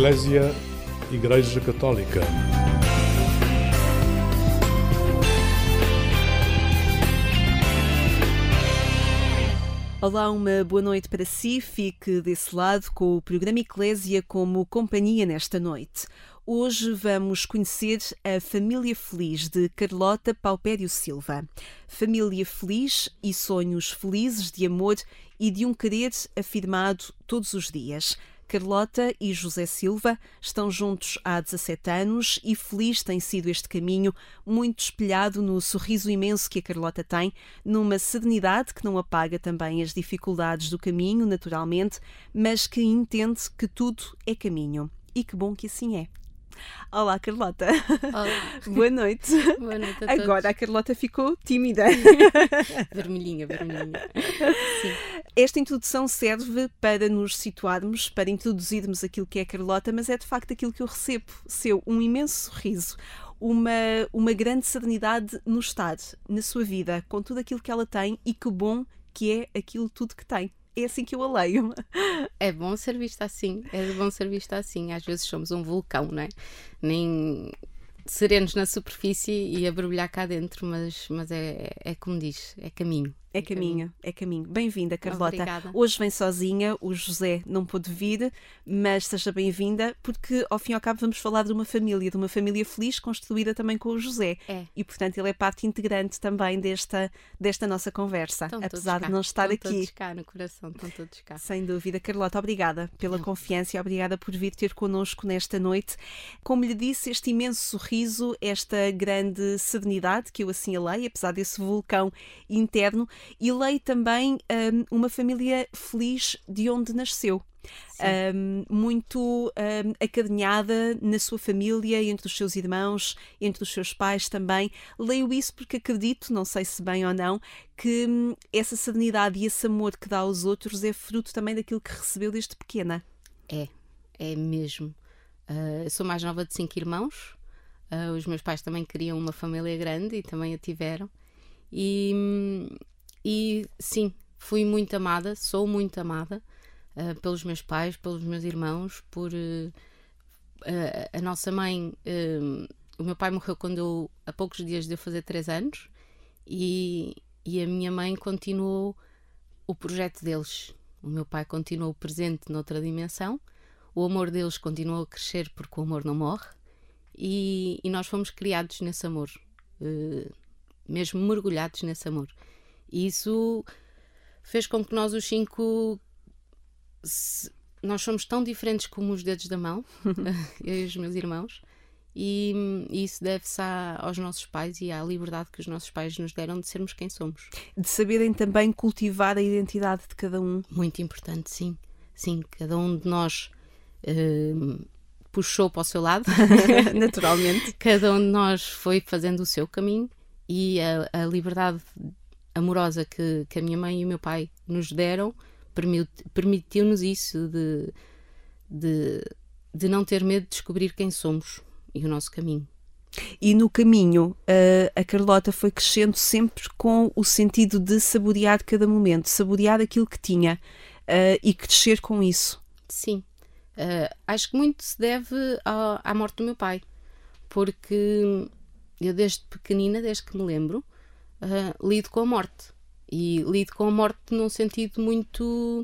Eclésia, Igreja Católica. Olá, uma boa noite para si. Fique desse lado com o programa Eclésia como companhia nesta noite. Hoje vamos conhecer a família feliz de Carlota Paupério Silva. Família feliz e sonhos felizes de amor e de um querer afirmado todos os dias. Carlota e José Silva estão juntos há 17 anos e feliz tem sido este caminho, muito espelhado no sorriso imenso que a Carlota tem, numa serenidade que não apaga também as dificuldades do caminho, naturalmente, mas que entende que tudo é caminho. E que bom que assim é. Olá, Carlota. Olá. Boa noite. Boa noite a todos. Agora a Carlota ficou tímida. Vermelhinha. Sim. Esta introdução serve para nos situarmos, para introduzirmos aquilo que é a Carlota, mas é de facto aquilo que eu recebo. Seu um imenso sorriso, uma grande serenidade no estar, na sua vida, com tudo aquilo que ela tem e que bom que é aquilo tudo que tem. É assim que eu a leio. É bom ser vista assim, Às vezes somos um vulcão, não é? Nem serenos na superfície e a borbulhar cá dentro, mas é como diz, é caminho. É caminho. Bem-vinda, Carlota. Obrigada. Hoje vem sozinha, o José não pôde vir, mas seja bem-vinda, porque ao fim e ao cabo vamos falar de uma família feliz, construída também com o José. É. E portanto ele é parte integrante também desta nossa conversa, apesar de não estar estão aqui. Todos cá no coração, estão todos cá. Sem dúvida. Carlota, obrigada pela confiança e obrigada por vir ter connosco nesta noite. Como lhe disse, este imenso sorriso, esta grande serenidade, que eu assim a leio, apesar desse vulcão interno, e leio também uma família feliz de onde nasceu. Muito acarinhada na sua família, entre os seus irmãos, entre os seus pais também. Leio isso porque acredito, não sei se bem ou não, que essa serenidade e esse amor que dá aos outros é fruto também daquilo que recebeu desde pequena. É mesmo. Eu sou mais nova de 5 irmãos. Os meus pais também queriam uma família grande e também a tiveram. E sim, fui muito amada, sou muito amada pelos meus pais, pelos meus irmãos, por a nossa mãe. O meu pai morreu há poucos dias de eu fazer 3 anos e a minha mãe continuou o projeto deles. O meu pai continuou presente noutra dimensão, o amor deles continuou a crescer porque o amor não morre e nós fomos criados nesse amor, mesmo mergulhados nesse amor. E isso fez com que nós os 5 nós somos tão diferentes como os dedos da mão, eu e os meus irmãos, e isso deve-se aos nossos pais e à liberdade que os nossos pais nos deram de sermos quem somos. De saberem também cultivar a identidade de cada um. Muito importante, sim. Sim, cada um de nós puxou para o seu lado, naturalmente. Cada um de nós foi fazendo o seu caminho e a liberdade amorosa que a minha mãe e o meu pai nos deram permitiu-nos isso de não ter medo de descobrir quem somos e o nosso caminho. E no caminho a Carlota foi crescendo sempre com o sentido de saborear cada momento, saborear aquilo que tinha e crescer com isso. Sim, acho que muito se deve à morte do meu pai, porque eu desde pequenina, desde que me lembro, lido com a morte e lido com a morte num sentido muito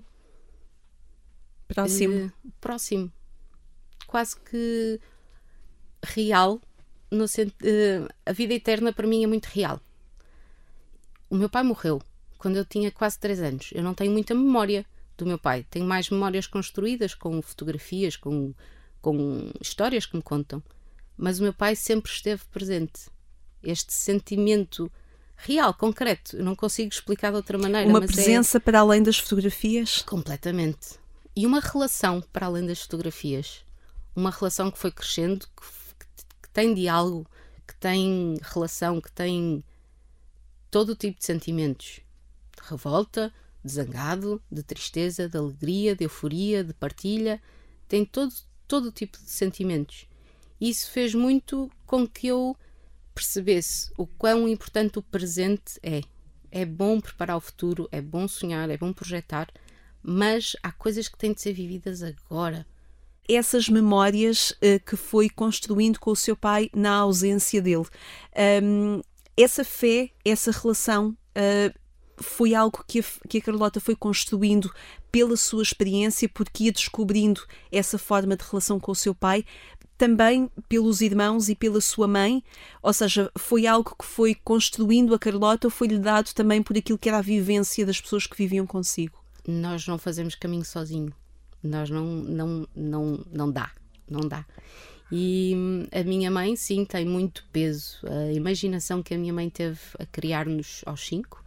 próximo, quase que real, a vida eterna para mim é muito real. O meu pai morreu quando eu tinha quase 3 anos. Eu não tenho muita memória do meu pai, tenho mais memórias construídas com fotografias, com histórias que me contam, mas o meu pai sempre esteve presente. Este sentimento real, concreto, eu não consigo explicar de outra maneira. Uma presença para além das fotografias? Completamente. E uma relação para além das fotografias. Uma relação que foi crescendo, que tem diálogo, que tem relação, que tem todo o tipo de sentimentos. De revolta, de zangado, de tristeza, de alegria, de euforia, de partilha. Tem todo o tipo de sentimentos. Isso fez muito com que eu percebesse o quão importante o presente é. É bom preparar o futuro, é bom sonhar, é bom projetar, mas há coisas que têm de ser vividas agora. essas memórias que foi construindo com o seu pai na ausência dele. Essa fé, essa relação, foi algo que a Carlota foi construindo pela sua experiência, porque ia descobrindo essa forma de relação com o seu pai, também pelos irmãos e pela sua mãe, ou seja, foi algo que foi construindo a Carlota ou foi-lhe dado também por aquilo que era a vivência das pessoas que viviam consigo? Nós não fazemos caminho sozinho, nós não dá. E a minha mãe, sim, tem muito peso. A imaginação que a minha mãe teve a criar-nos aos 5,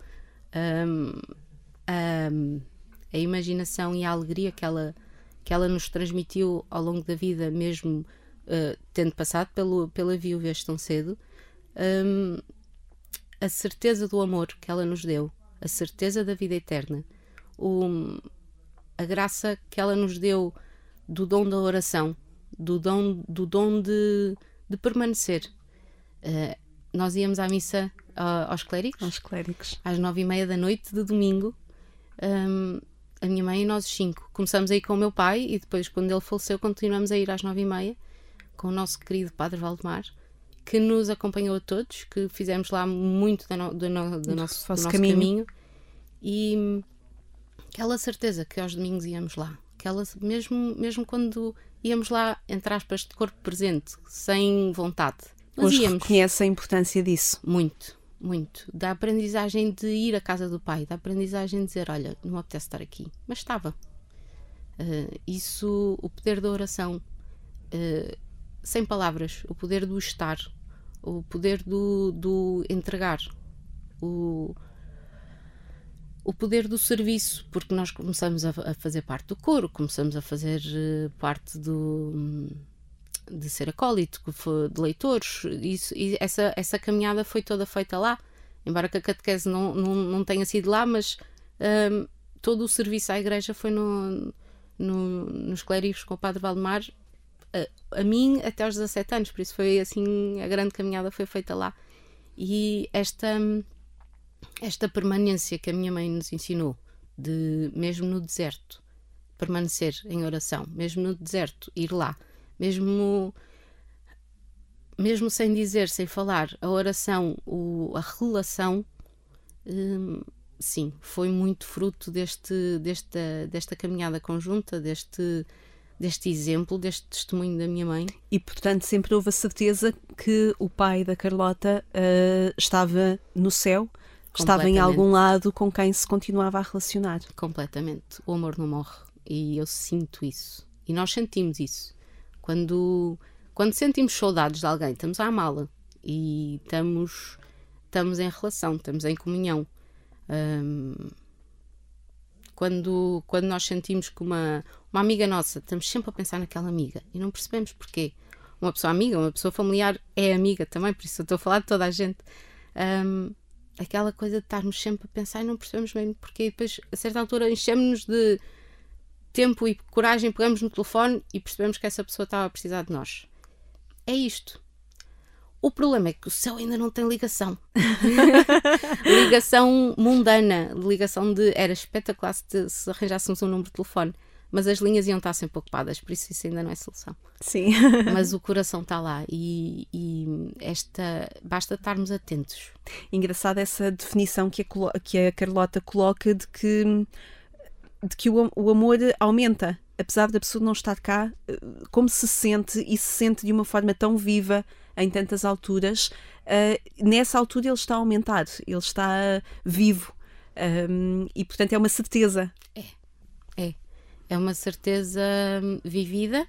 a imaginação e a alegria que ela nos transmitiu ao longo da vida, mesmo tendo passado pela viuvez tão cedo, a certeza do amor que ela nos deu, a certeza da vida eterna, a graça que ela nos deu do dom da oração, do dom de permanecer. Nós íamos à missa aos clérigos, às 9h30 da noite de domingo, a minha mãe e nós os 5. Começamos a ir com o meu pai e depois, quando ele faleceu, continuamos a ir às 9h30 com o nosso querido Padre Valdemar, que nos acompanhou a todos, que fizemos lá muito do nosso caminho. E aquela certeza que aos domingos íamos lá, mesmo quando íamos lá, entre aspas, de corpo presente, sem vontade. Hoje reconhece a importância disso? Muito. Da aprendizagem de ir à casa do pai, da aprendizagem de dizer, olha, não me apetece estar aqui, mas estava. Isso, o poder da oração, sem palavras, o poder do estar, o poder do entregar, o poder do serviço, porque nós começamos a fazer parte do coro, começamos a fazer parte de ser acólito, de leitores, e essa caminhada foi toda feita lá, embora que a catequese não tenha sido lá, mas todo o serviço à igreja foi nos clérigos com o Padre Valdemar, a mim até aos 17 anos, por isso foi assim, a grande caminhada foi feita lá. E esta permanência que a minha mãe nos ensinou, de mesmo no deserto permanecer em oração, mesmo no deserto ir lá, mesmo sem dizer, sem falar, a oração, a relação, sim, foi muito fruto desta caminhada conjunta, deste exemplo, deste testemunho da minha mãe. E, portanto, sempre houve a certeza que o pai da Carlota estava no céu, estava em algum lado com quem se continuava a relacionar. Completamente. O amor não morre. E eu sinto isso. E nós sentimos isso. Quando sentimos saudades de alguém, estamos a amá-la. E estamos em relação, estamos em comunhão. Quando nós sentimos que uma amiga nossa, estamos sempre a pensar naquela amiga e não percebemos porquê. Uma pessoa amiga, uma pessoa familiar é amiga também, por isso eu estou a falar de toda a gente. Aquela coisa de estarmos sempre a pensar e não percebemos bem porquê. E depois, a certa altura, enchemos-nos de tempo e coragem, pegamos no telefone e percebemos que essa pessoa estava a precisar de nós. É isto. O problema é que o céu ainda não tem ligação. Ligação mundana. Ligação era espetacular se arranjássemos um número de telefone. Mas as linhas iam estar sempre ocupadas, por isso ainda não é solução. Sim. Mas o coração está lá e basta estarmos atentos. Engraçada essa definição que a Carlota coloca de que o amor aumenta. Apesar da pessoa não estar cá, como se sente e se sente de uma forma tão viva em tantas alturas, nessa altura ele está a aumentar, ele está vivo e portanto é uma certeza. É uma certeza vivida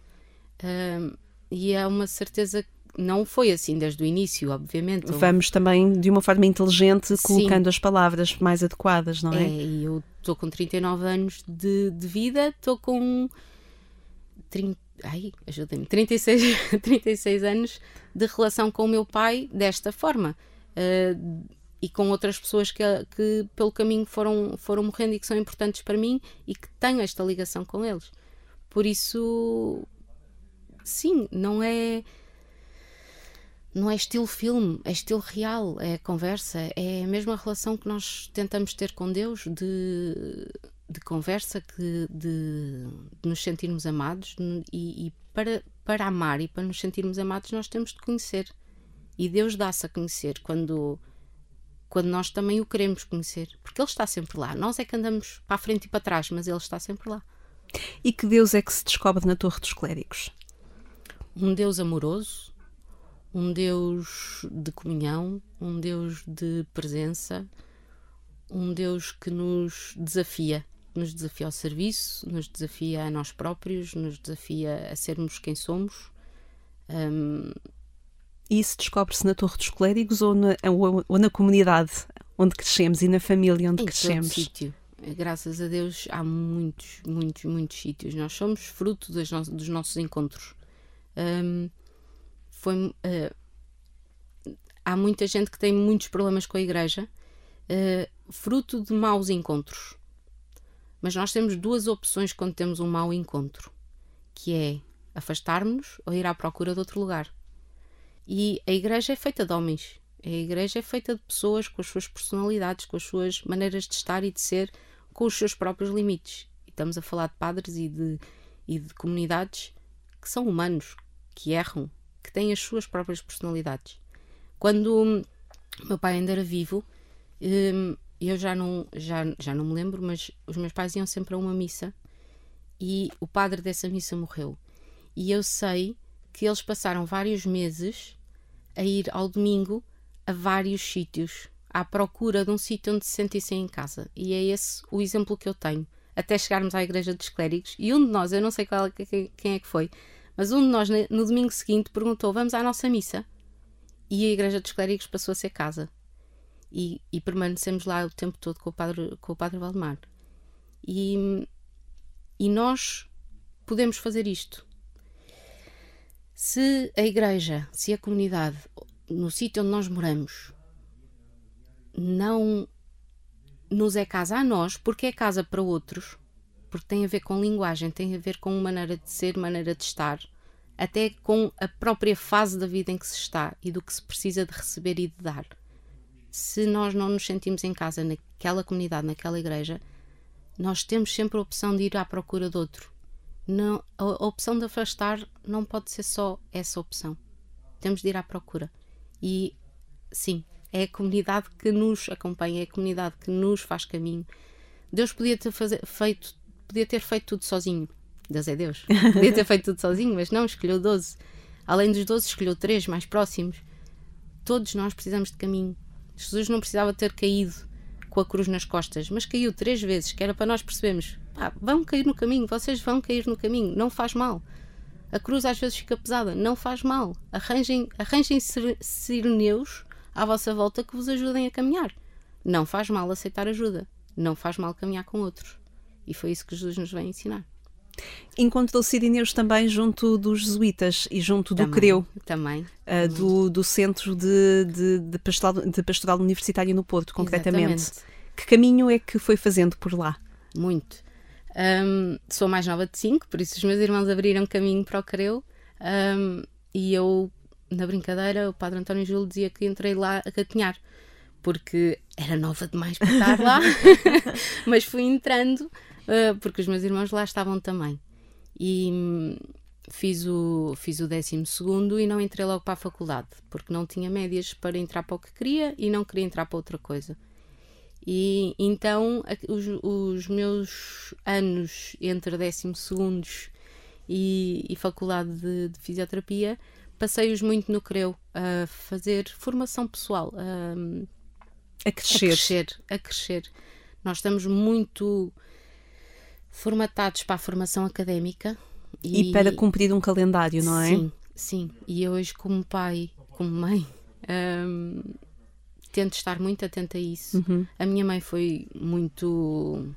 e é uma certeza que não foi assim desde o início, obviamente. Vamos também de uma forma inteligente colocando as palavras mais adequadas, não é? E eu estou com 39 anos de vida, estou com 36 anos de relação com o meu pai desta forma. E com outras pessoas que pelo caminho foram morrendo e que são importantes para mim e que tenho esta ligação com eles. Por isso, sim, não é estilo filme, é estilo real, é conversa, é a mesma relação que nós tentamos ter com Deus, de conversa, de nos sentirmos amados, e para amar e para nos sentirmos amados nós temos de conhecer, e Deus dá-se a conhecer quando nós também o queremos conhecer, porque Ele está sempre lá. Nós é que andamos para a frente e para trás, mas Ele está sempre lá. E que Deus é que se descobre na Torre dos Clérigos? Um Deus amoroso, um Deus de comunhão, um Deus de presença, um Deus que nos desafia ao serviço, nos desafia a nós próprios, nos desafia a sermos quem somos. E isso descobre-se na Torre dos Clérigos ou na comunidade onde crescemos e na família onde crescemos? Em todo sítio. Graças a Deus há muitos sítios. Nós somos fruto dos nossos encontros. Há muita gente que tem muitos problemas com a igreja, fruto de maus encontros. Mas nós temos duas opções quando temos um mau encontro, que é afastar-nos ou ir à procura de outro lugar. E a igreja é feita de homens. A igreja é feita de pessoas com as suas personalidades, com as suas maneiras de estar e de ser, com os seus próprios limites. E estamos a falar de padres e de comunidades que são humanos, que erram, que têm as suas próprias personalidades. Quando o meu pai ainda era vivo, eu já não me lembro, mas os meus pais iam sempre a uma missa e o padre dessa missa morreu. E eu sei que eles passaram vários meses a ir ao domingo a vários sítios, à procura de um sítio onde se sentissem em casa. E é esse o exemplo que eu tenho, até chegarmos à Igreja dos Clérigos. E um de nós, eu não sei quem é que foi, mas um de nós no domingo seguinte perguntou: vamos à nossa missa? E a Igreja dos Clérigos passou a ser casa. E permanecemos lá o tempo todo com o padre Valdemar. E nós podemos fazer isto. Se a igreja, se a comunidade, no sítio onde nós moramos, não nos é casa a nós, porque é casa para outros, porque tem a ver com linguagem, tem a ver com maneira de ser, maneira de estar, até com a própria fase da vida em que se está e do que se precisa de receber e de dar. Se nós não nos sentimos em casa naquela comunidade, naquela igreja, nós temos sempre a opção de ir à procura de outro. Não, a opção de afastar não pode ser só essa opção. Temos de ir à procura. E sim, é a comunidade que nos acompanha, é a comunidade que nos faz caminho. Deus podia ter feito tudo sozinho. Deus é Deus. Podia ter feito tudo sozinho, mas não, escolheu 12. Além dos 12, escolheu 3 mais próximos. Todos nós precisamos de caminho. Jesus não precisava ter caído com a cruz nas costas, mas caiu 3 vezes, que era para nós percebermos: vão cair no caminho, vocês vão cair no caminho, não faz mal. A cruz às vezes fica pesada, não faz mal. Arranjem sireneus à vossa volta que vos ajudem a caminhar. Não faz mal aceitar ajuda, não faz mal caminhar com outros. E foi isso que Jesus nos vem ensinar. Encontrou sirineus também junto dos jesuítas e junto do CREU, também. Do Centro de Pastoral Universitário no Porto, concretamente. Exatamente. Que caminho é que foi fazendo por lá? Muito. Sou mais nova de 5, por isso os meus irmãos abriram caminho para o CREU, e eu, na brincadeira, o padre António Júlio dizia que entrei lá a gatinhar, porque era nova demais para estar lá, mas fui entrando, porque os meus irmãos lá estavam também. E fiz o 12º e não entrei logo para a faculdade, porque não tinha médias para entrar para o que queria e não queria entrar para outra coisa. E então os meus anos entre 12º e faculdade de fisioterapia passei-os muito no CREU, a fazer formação pessoal, a crescer. Nós estamos muito formatados para a formação académica. E para cumprir um calendário, não é? Sim. E hoje, como pai, como mãe, tento estar muito atenta a isso. Uhum. A minha mãe foi muito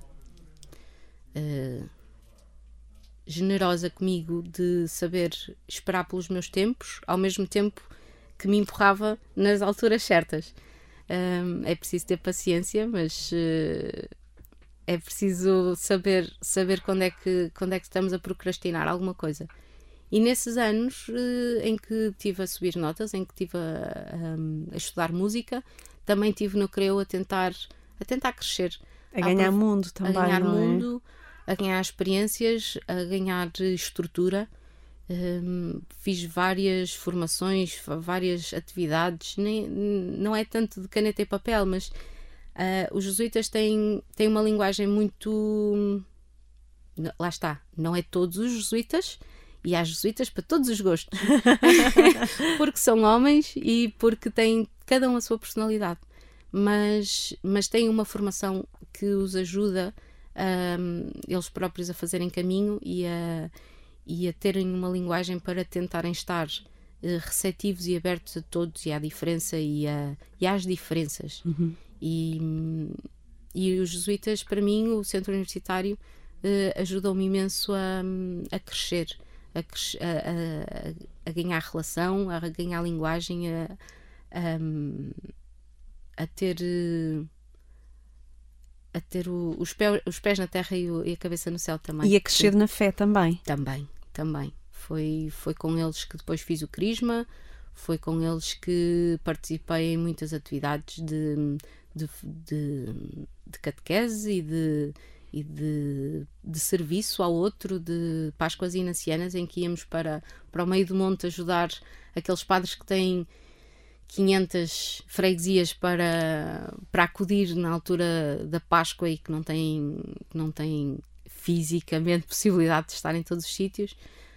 generosa comigo, de saber esperar pelos meus tempos, ao mesmo tempo que me empurrava nas alturas certas. É preciso ter paciência, mas é preciso saber quando é que estamos a procrastinar alguma coisa. E nesses anos em que estive a subir notas, em que estive a estudar música, também estive no CREU a tentar crescer. A ganhar mundo também, a ganhar não é? mundo, a ganhar experiências, a ganhar estrutura. Fiz várias formações, várias atividades, não é tanto de caneta e papel, mas os jesuítas têm uma linguagem muito... Lá está, não é todos os jesuítas, e há jesuítas para todos os gostos, porque são homens e porque têm cada um a sua personalidade, mas têm uma formação que os ajuda eles próprios a fazerem caminho e a terem uma linguagem para tentarem estar receptivos e abertos a todos e à diferença e às diferenças. E os jesuítas, para mim, o centro universitário, ajudam-me imenso a crescer, a ganhar relação, a ganhar linguagem, a ter os pés na terra e a cabeça no céu também. E a crescer na fé também. Também. Foi com eles que depois fiz o crisma, foi com eles que participei em muitas atividades de catequese e de serviço ao outro, de Páscoas inacianas, em que íamos para o meio do monte ajudar aqueles padres que têm 500 freguesias para acudir na altura da Páscoa e que não têm fisicamente possibilidade de estar em todos os sítios.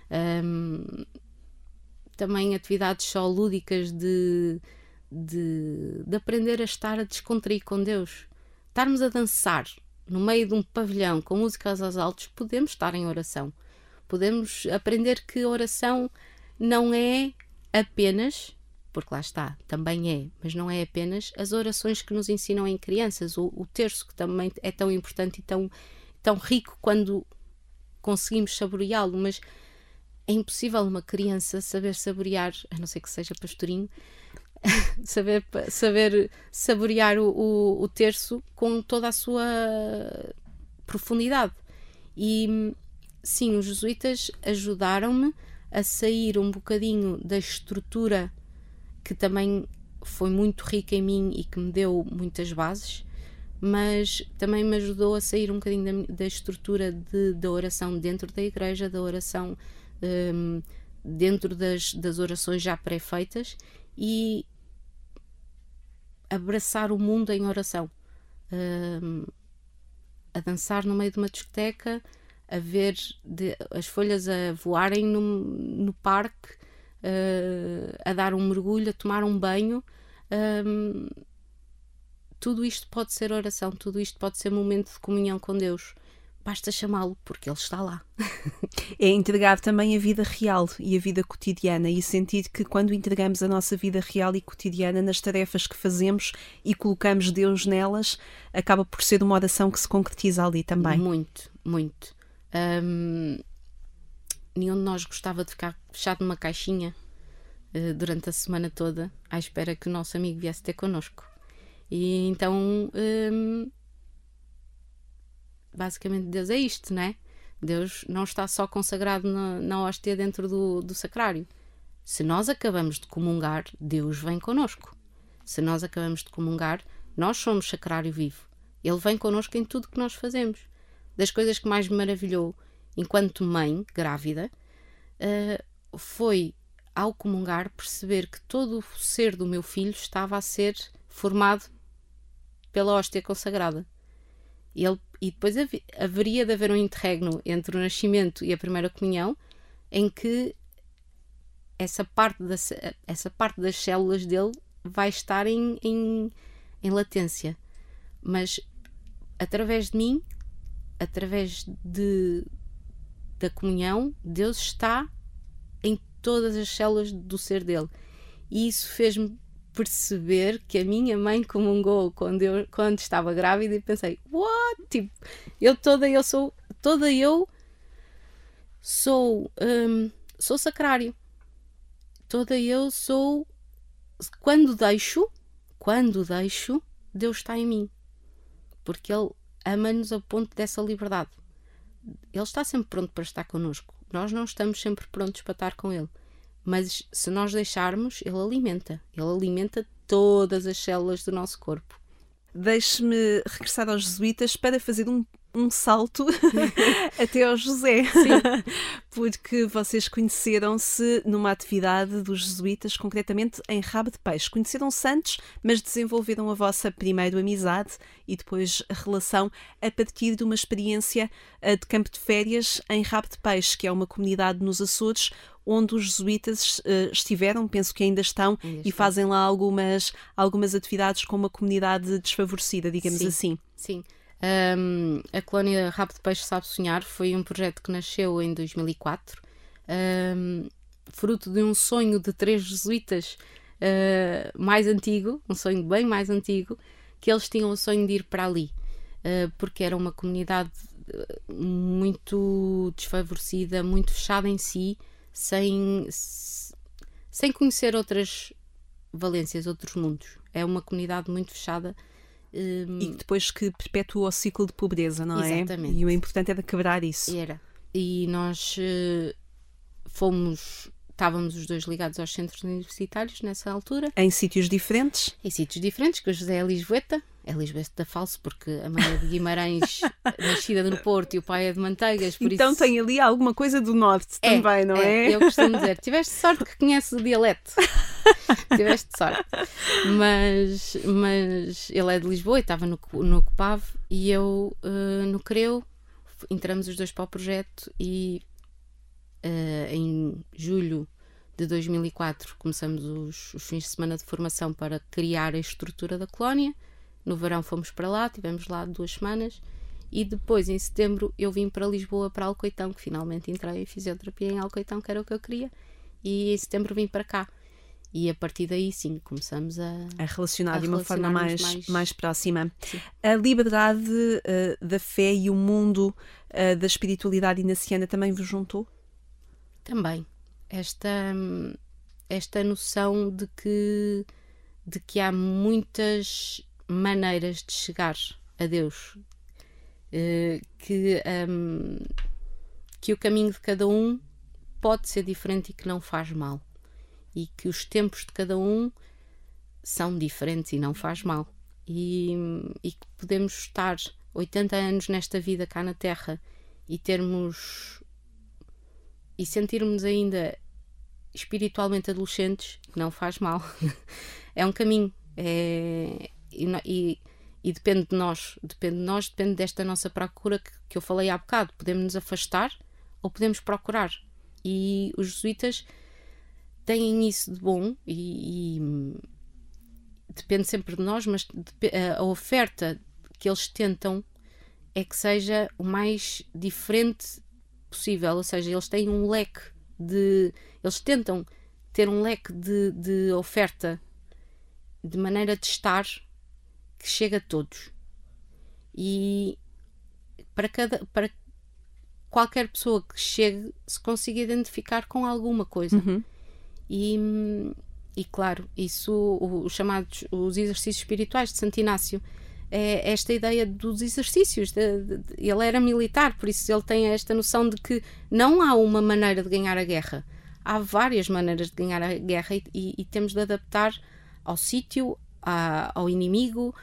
Também atividades só lúdicas de aprender a estar a descontrair com Deus. Estarmos a dançar no meio de um pavilhão com músicas aos altos, podemos estar em oração. Podemos aprender que oração não é apenas, porque lá está, também é, mas não é apenas as orações que nos ensinam em crianças, o terço, que também é tão importante e tão rico quando conseguimos saboreá-lo, mas é impossível uma criança saber saborear, a não ser que seja pastorinho, saber saborear o terço com toda a sua profundidade. E sim, os jesuítas ajudaram-me a sair um bocadinho da estrutura que também foi muito rica em mim e que me deu muitas bases, mas também me ajudou a sair um bocadinho da estrutura da oração dentro da igreja, da oração dentro das orações já pré-feitas, e abraçar o mundo em oração, a dançar no meio de uma discoteca, a ver as folhas a voarem no parque, a dar um mergulho, a tomar um banho. Tudo isto pode ser oração, tudo isto pode ser momento de comunhão com Deus. Basta chamá-lo, porque Ele está lá. É entregar também a vida real e a vida cotidiana, e sentir que quando entregamos a nossa vida real e cotidiana nas tarefas que fazemos e colocamos Deus nelas, acaba por ser uma oração que se concretiza ali também. Muito, muito. Nenhum de nós gostava de ficar fechado numa caixinha durante a semana toda, à espera que o nosso amigo viesse ter connosco. E então... basicamente Deus é isto, não é? Deus não está só consagrado na hóstia dentro do sacrário. Se nós acabamos de comungar, Deus vem connosco. Se nós acabamos de comungar, nós somos sacrário vivo. Ele vem connosco em tudo que nós fazemos. Das coisas que mais me maravilhou enquanto mãe, grávida, foi, ao comungar, perceber que todo o ser do meu filho estava a ser formado pela hóstia consagrada. E depois haveria de haver um interregno entre o nascimento e a primeira comunhão, em que essa parte das células dele vai estar em latência. Mas através de mim, através da comunhão, Deus está em todas as células do ser dele. E isso fez-me perceber que a minha mãe comungou quando estava grávida, e pensei, what? Tipo, eu sou sacrário. Toda eu sou... Quando deixo, Deus está em mim. Porque Ele ama-nos a ponto dessa liberdade. Ele está sempre pronto para estar connosco. Nós não estamos sempre prontos para estar com Ele. Mas se nós deixarmos, Ele alimenta todas as células do nosso corpo. Deixe-me regressar aos jesuítas para fazer um salto até ao José. Sim. Porque vocês conheceram-se numa atividade dos jesuítas, concretamente em Rabo de Peixe. Conheceram-se antes, mas desenvolveram a vossa primeiro amizade e depois a relação a partir de uma experiência de campo de férias em Rabo de Peixe, que é uma comunidade nos Açores onde os jesuítas estiveram, penso que ainda estão, e fazem lá algumas atividades com uma comunidade desfavorecida, digamos assim. Sim. A colónia Rabo de Peixe Sabe Sonhar foi um projeto que nasceu em 2004, fruto de um sonho de 3 jesuítas mais antigo, um sonho bem mais antigo, que eles tinham o sonho de ir para ali, porque era uma comunidade muito desfavorecida, muito fechada em si, sem conhecer outras valências, outros mundos. É uma comunidade muito fechada. E depois que perpetua o ciclo de pobreza, não é? Exatamente. E o importante era quebrar isso. Era. E nós estávamos os dois ligados aos centros universitários nessa altura. Em sítios diferentes? Em sítios diferentes, que o José é lisboeta falso, porque a mãe é de Guimarães, nascida no Porto, e o pai é de Manteigas, por então isso... tem ali alguma coisa do norte também, não é? Eu costumo dizer, tiveste sorte que conheces o dialeto. Tiveste sorte. Mas ele é de Lisboa e estava no Copave, e eu no Creu. Entramos os dois para o projeto e em julho de 2004 começamos os fins de semana de formação para criar a estrutura da colónia. No verão fomos para lá, tivemos lá 2 semanas, e depois em setembro eu vim para Lisboa, para Alcoitão, que finalmente entrei em fisioterapia em Alcoitão, que era o que eu queria, e em setembro vim para cá. E a partir daí, sim, começamos a relacionar de uma forma mais próxima. Sim. A liberdade da fé e o mundo da espiritualidade inaciana também vos juntou? Também. Esta noção de que há muitas maneiras de chegar a Deus. Que o caminho de cada um pode ser diferente e que não faz mal. E que os tempos de cada um são diferentes e não faz mal. E que podemos estar 80 anos nesta vida cá na Terra e sentirmos ainda espiritualmente adolescentes, não faz mal. É um caminho. E depende de nós, depende desta nossa procura que eu falei há bocado. Podemos nos afastar ou podemos procurar. E os jesuítas têm isso de bom e depende sempre de nós, mas a oferta que eles tentam é que seja o mais diferente possível, ou seja, eles têm um leque eles tentam ter um leque de oferta, de maneira de estar, que chega a todos. E para qualquer pessoa que chegue, se consiga identificar com alguma coisa. Uhum. E claro, isso, os exercícios espirituais de Santo Inácio, é esta ideia dos exercícios. Ele era militar, por isso ele tem esta noção de que não há uma maneira de ganhar a guerra. Há várias maneiras de ganhar a guerra e temos de adaptar ao sítio, ao inimigo,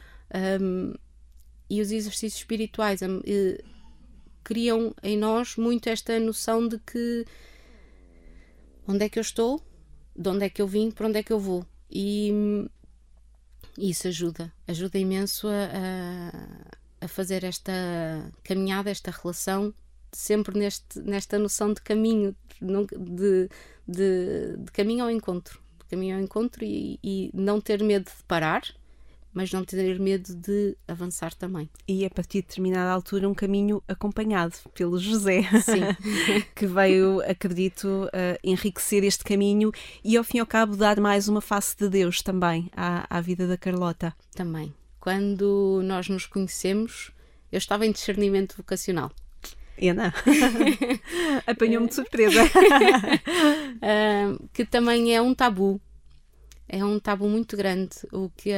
e os exercícios espirituais criam em nós muito esta noção de que onde é que eu estou, de onde é que eu vim, para onde é que eu vou. E isso ajuda imenso a fazer esta caminhada, esta relação, sempre nesta noção de caminho, de caminho ao encontro. De caminho ao encontro e não ter medo de parar, mas não ter medo de avançar também. E a partir de determinada altura um caminho acompanhado pelo José. Sim. Que veio, acredito, enriquecer este caminho e ao fim e ao cabo dar mais uma face de Deus também à vida da Carlota. Também. Quando nós nos conhecemos, eu estava em discernimento vocacional. Ana, apanhou-me de surpresa. Que também é um tabu. É um tabu muito grande, o que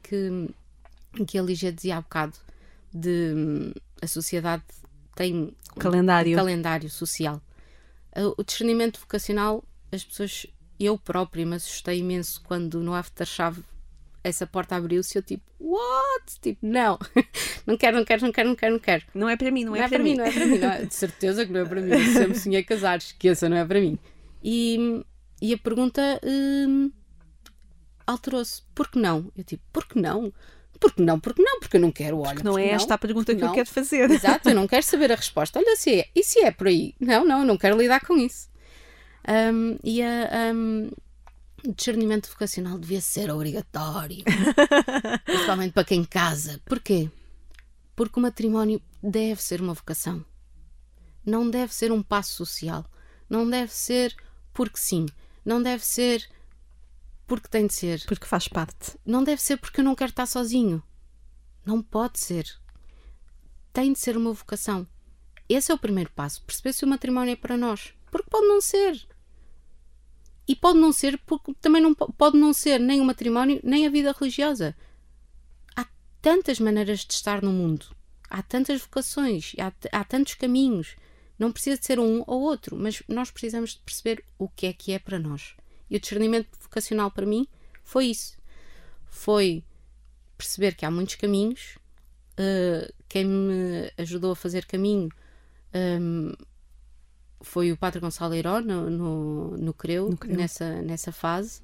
a Lígia dizia há bocado, a sociedade tem calendário social. O discernimento vocacional, as pessoas, eu própria me assustei imenso quando no after-chave essa porta abriu-se, eu tipo, what? Tipo, não, não quero. Não é para mim, Não é para mim. De certeza que não é para mim. Eu sempre sonhei casar, esqueça, não é para mim. E a pergunta alterou-se. Por que não? Eu tipo, por que não? Porque eu não quero, olha. Porque não é esta a pergunta que eu quero fazer. Exato, eu não quero saber a resposta. Olha, e se é por aí? Não, eu não quero lidar com isso. O discernimento vocacional devia ser obrigatório. Principalmente para quem casa. Porquê? Porque o matrimónio deve ser uma vocação. Não deve ser um passo social. Não deve ser porque sim. Não deve ser porque tem de ser. Porque faz parte. Não deve ser porque eu não quero estar sozinho. Não pode ser. Tem de ser uma vocação. Esse é o primeiro passo. Perceber se o matrimónio é para nós. Porque pode não ser. E pode não ser porque também não pode não ser nem o matrimónio, nem a vida religiosa. Há tantas maneiras de estar no mundo. Há tantas vocações. Há tantos caminhos. Não precisa de ser um ou outro. Mas nós precisamos de perceber o que é para nós. E o discernimento vocacional para mim foi isso. Foi perceber que há muitos caminhos. Quem me ajudou a fazer caminho foi o Padre Gonçalo Eiró no Creu, nessa fase.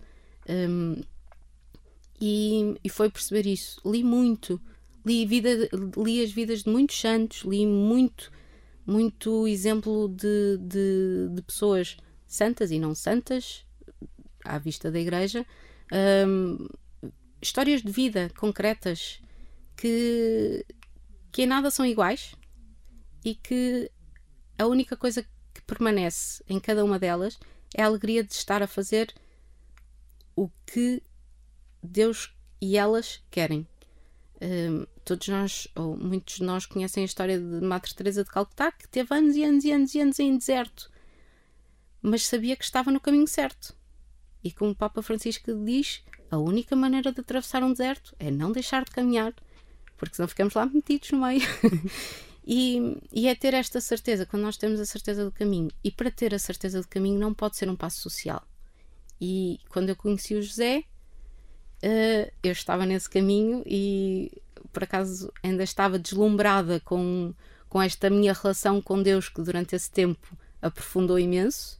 E foi perceber isso. Li muito. Li as vidas de muitos santos. Li muito exemplo de pessoas santas e não santas à vista da Igreja, histórias de vida concretas que em nada são iguais e que a única coisa que permanece em cada uma delas é a alegria de estar a fazer o que Deus e elas querem. Todos nós, ou muitos de nós, conhecem a história de Madre Teresa de Calcutá, que teve anos e anos e anos e anos em deserto, mas sabia que estava no caminho certo. E como o Papa Francisco diz, a única maneira de atravessar um deserto é não deixar de caminhar, porque senão ficamos lá metidos no meio. E é ter esta certeza, quando nós temos a certeza do caminho. E para ter a certeza do caminho não pode ser um passo social. E quando eu conheci o José, eu estava nesse caminho e por acaso ainda estava deslumbrada com esta minha relação com Deus, que durante esse tempo aprofundou imenso.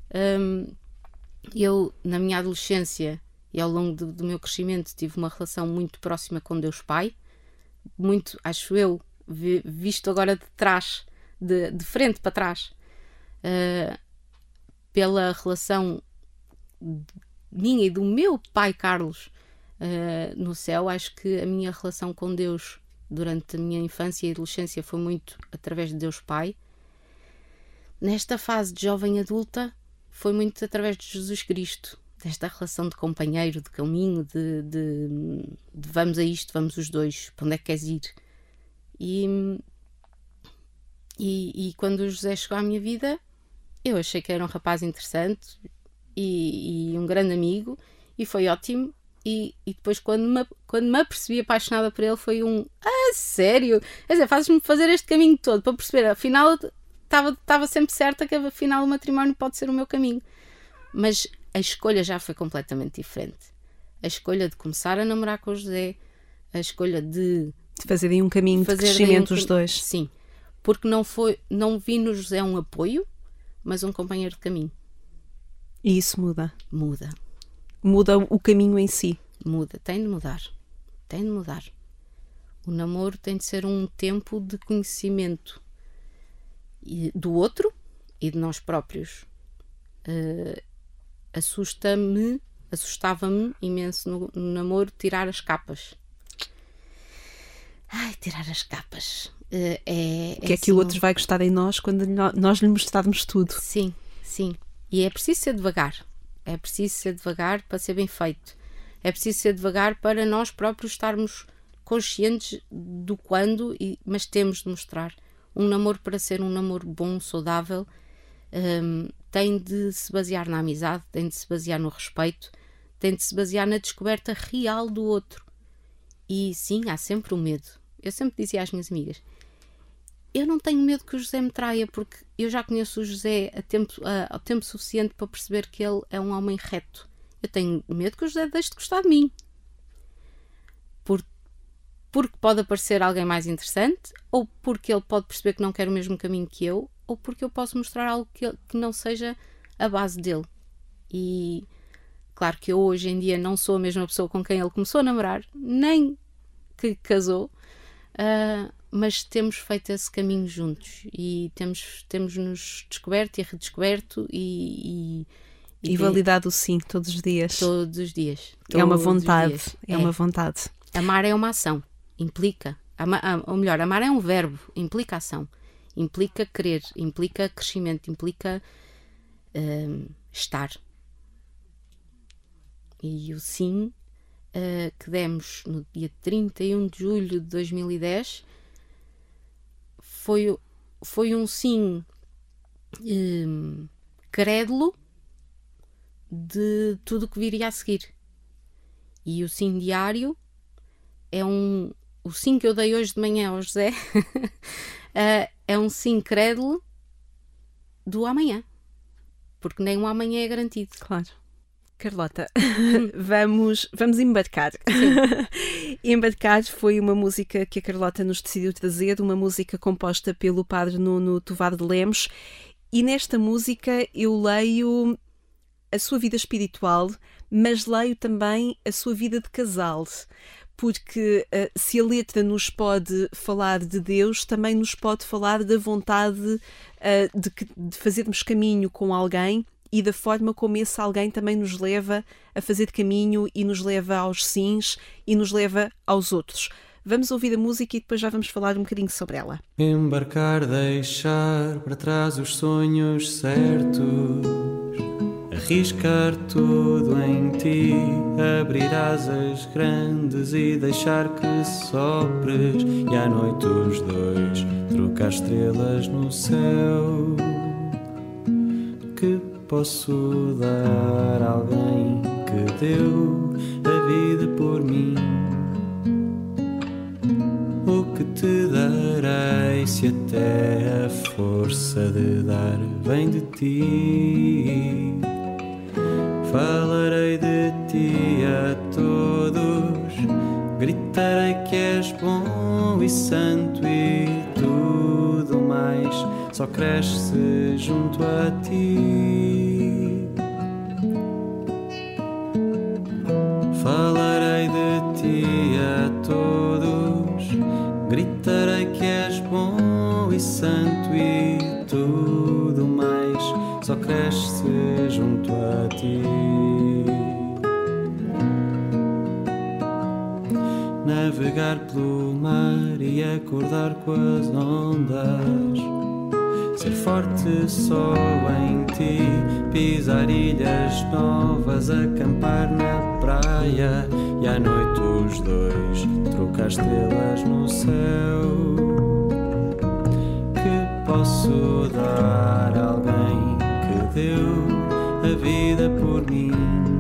Eu, na minha adolescência e ao longo do meu crescimento, tive uma relação muito próxima com Deus Pai, muito, acho eu, visto agora de trás, de frente para trás, pela relação minha e do meu pai Carlos no céu. Acho que a minha relação com Deus durante a minha infância e adolescência foi muito através de Deus Pai. Nesta fase de jovem adulta foi muito através de Jesus Cristo, desta relação de companheiro, de caminho, de vamos a isto, vamos os dois, para onde é que queres ir? E quando o José chegou à minha vida, eu achei que era um rapaz interessante e um grande amigo, e foi ótimo. E depois, quando me apercebi apaixonada por ele, foi sério? Quer dizer, fazes-me fazer este caminho todo para perceber, afinal, estava sempre certa que afinal o matrimónio pode ser o meu caminho. Mas a escolha já foi completamente diferente. A escolha de começar a namorar com o José, a escolha de fazerem um caminho de crescimento os dois. Sim, porque não vi no José um apoio, mas um companheiro de caminho. E isso muda? Muda o caminho em si? Muda, tem de mudar. O namoro tem de ser um tempo de conhecimento do outro e de nós próprios. Assustava-me imenso no namoro tirar as capas. Tirar as capas. Que o outro vai gostar em nós quando nós lhe mostrarmos tudo. Sim. E é preciso ser devagar. É preciso ser devagar para ser bem feito. É preciso ser devagar para nós próprios estarmos conscientes do quando, mas temos de mostrar. Um namoro, para ser um namoro bom, saudável, tem de se basear na amizade, tem de se basear no respeito, tem de se basear na descoberta real do outro. E sim, há sempre o medo. Eu sempre dizia às minhas amigas, eu não tenho medo que o José me traia, porque eu já conheço o José há tempo suficiente para perceber que ele é um homem reto. Eu tenho medo que o José deixe de gostar de mim. porque pode aparecer alguém mais interessante, ou porque ele pode perceber que não quer o mesmo caminho que eu, ou porque eu posso mostrar algo que não seja a base dele. E claro que eu hoje em dia não sou a mesma pessoa com quem ele começou a namorar, nem que casou, mas temos feito esse caminho juntos e temos-nos descoberto e redescoberto e validado o sim todos os dias. Todos os dias. É uma vontade. É uma vontade. Amar é uma ação. Implica. Ou melhor, amar é um verbo. Implica ação. Implica querer. Implica crescimento. Implica estar. E o sim que demos no dia 31 de julho de 2010 foi um sim crédulo de tudo o que viria a seguir. E o sim diário é o sim que eu dei hoje de manhã ao José é um sim crédulo do amanhã, porque nem o amanhã é garantido. Claro. Carlota, vamos embarcar. Embarcar foi uma música que a Carlota nos decidiu trazer, uma música composta pelo padre Nuno Tovar de Lemos, e nesta música eu leio a sua vida espiritual, mas leio também a sua vida de casal, porque se a letra nos pode falar de Deus, também nos pode falar da vontade de fazermos caminho com alguém e da forma como esse alguém também nos leva a fazer caminho e nos leva aos sims e nos leva aos outros. Vamos ouvir a música e depois já vamos falar um bocadinho sobre ela. Embarcar, deixar para trás os sonhos certos, arriscar tudo em ti, abrir asas grandes e deixar que sopres, e à noite os dois trocar estrelas no céu. Que posso dar a alguém que deu a vida por mim? O que te darei se até a força de dar vem de ti? Falarei de ti a todos, gritarei que és bom e santo, e tudo mais só cresce junto a ti. Falarei de ti a todos, gritarei que és bom e santo, e tudo mais só cresce junto a ti. Navegar pelo mar e acordar com as ondas, ser forte só em ti, pisar ilhas novas, acampar na praia, e à noite os dois trocar estrelas no céu. Que posso dar a alguém que deu a vida por mim?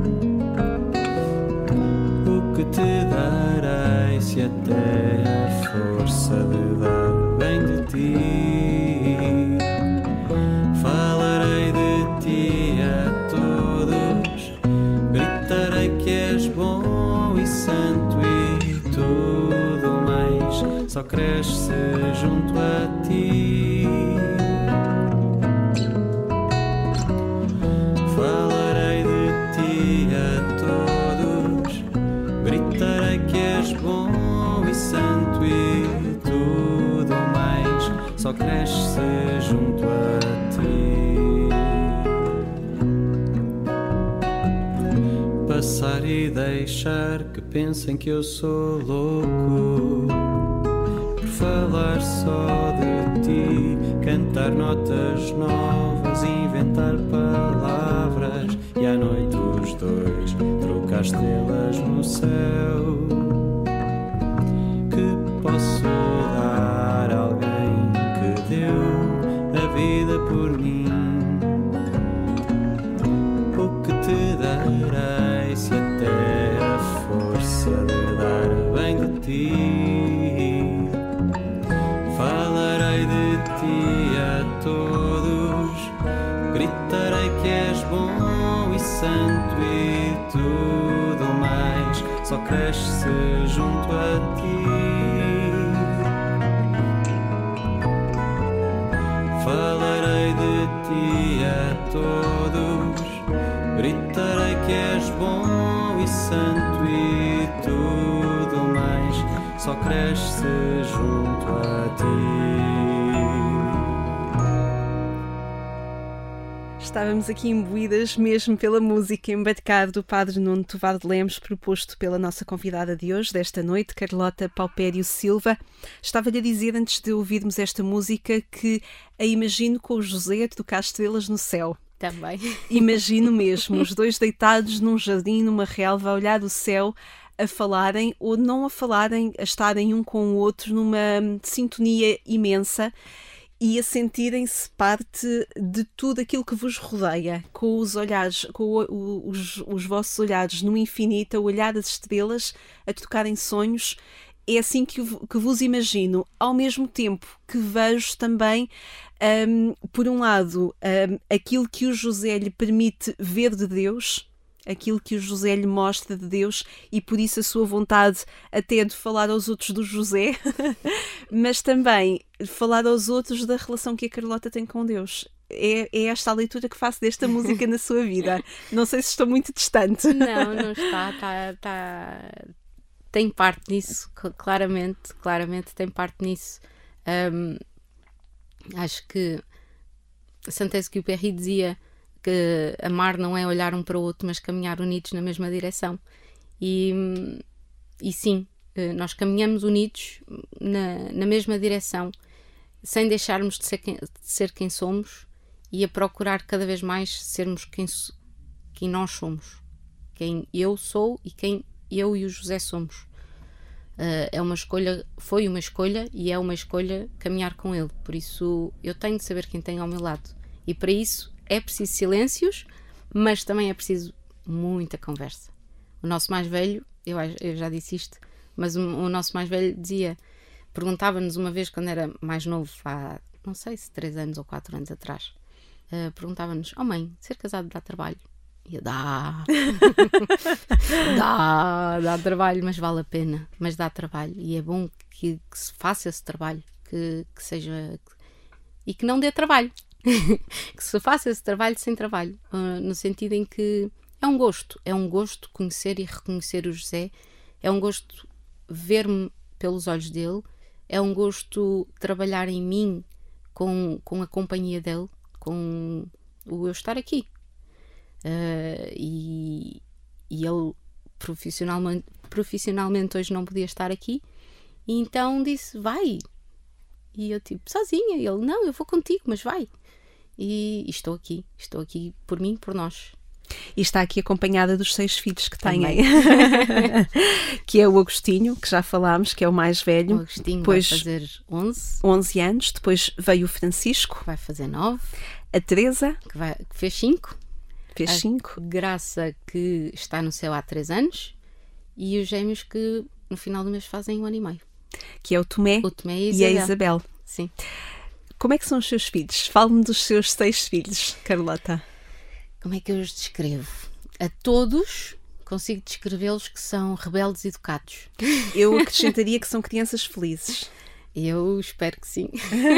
O que te darei se até a força de dar vem de ti? Falarei de ti a todos, gritarei que és bom e santo, e tudo mais só cresce junto a ti. Falarei de ti a todos, gritarei que és bom e santo, e tudo mais só cresce junto a ti. Passar e deixar que pensem que eu sou louco por falar só de ti, cantar notas novas, inventar palavras, e à noite os dois trocar estrelas no céu. Que posso dar a alguém que deu a vida por mim? O que te darei se até a força de dar vem de ti? Falarei de ti a todos, gritarei que és bom e santo, e tudo mais só cresce junto a ti. todos. Gritarei que és bom e santo e tudo mais só cresce junto a ti. Estávamos aqui imbuídas mesmo pela música Embarcar do Padre Nuno Tovar de Lemos, proposto pela nossa convidada de hoje, desta noite, Carlota Paupério Silva. Estava-lhe a dizer, antes de ouvirmos esta música, que a imagino com o José a tocar estrelas no céu. Também. Imagino mesmo, os dois deitados num jardim, numa relva, a olhar o céu, a falarem, ou não a falarem, a estarem um com o outro numa sintonia imensa, e a sentirem-se parte de tudo aquilo que vos rodeia, com os olhares, com os vossos olhares no infinito, a olhar as estrelas, a tocarem sonhos. É assim que vos imagino, ao mesmo tempo que vejo também, por um lado, aquilo que o José lhe permite ver de Deus, aquilo que o José lhe mostra de Deus, e por isso a sua vontade até de falar aos outros do José, mas também falar aos outros da relação que a Carlota tem com Deus. É esta a leitura que faço desta música na sua vida. Não sei se estou muito distante. Não está. Tem parte nisso, claramente tem parte nisso. Acho que Saint-Exupéry dizia que amar não é olhar um para o outro, mas caminhar unidos na mesma direção. E sim, nós caminhamos unidos na mesma direção, sem deixarmos de ser quem somos, e a procurar cada vez mais sermos quem nós somos, quem eu sou e quem eu e o José somos. Foi uma escolha e é uma escolha caminhar com ele. Por isso eu tenho de saber quem tenho ao meu lado, e para isso é preciso silêncios, mas também é preciso muita conversa. O nosso mais velho, eu já disse isto, mas o nosso mais velho perguntava-nos uma vez, quando era mais novo, há não sei se 3 anos ou 4 anos atrás, perguntava-nos: oh mãe, ser casado dá trabalho? E eu: dá trabalho, mas vale a pena, mas dá trabalho, e é bom que se faça esse trabalho, que seja, e que não dê trabalho. Que se faça esse trabalho sem trabalho, no sentido em que é um gosto conhecer e reconhecer o José, é um gosto ver-me pelos olhos dele, é um gosto trabalhar em mim com a companhia dele, com o eu estar aqui, e ele profissionalmente hoje não podia estar aqui, e então disse: vai. E eu sozinha. E ele: não, eu vou contigo, mas vai. E estou aqui por mim, por nós. E está aqui acompanhada dos 6 filhos que têm, que é o Agostinho, que já falámos, que é o mais velho. O Agostinho depois vai fazer 11 anos, depois veio o Francisco, que vai fazer 9, a Teresa, que fez 5, a Graça, que está no céu há 3 anos, e os gêmeos, que no final do mês fazem 1 ano e meio, que é o Tomé e a Isabel. Sim. Como é que são os seus filhos? Fale-me dos seus 6 filhos, Carlota. Como é que eu os descrevo? A todos consigo descrevê-los que são rebeldes e educados. Eu acrescentaria que são crianças felizes. Eu espero que sim.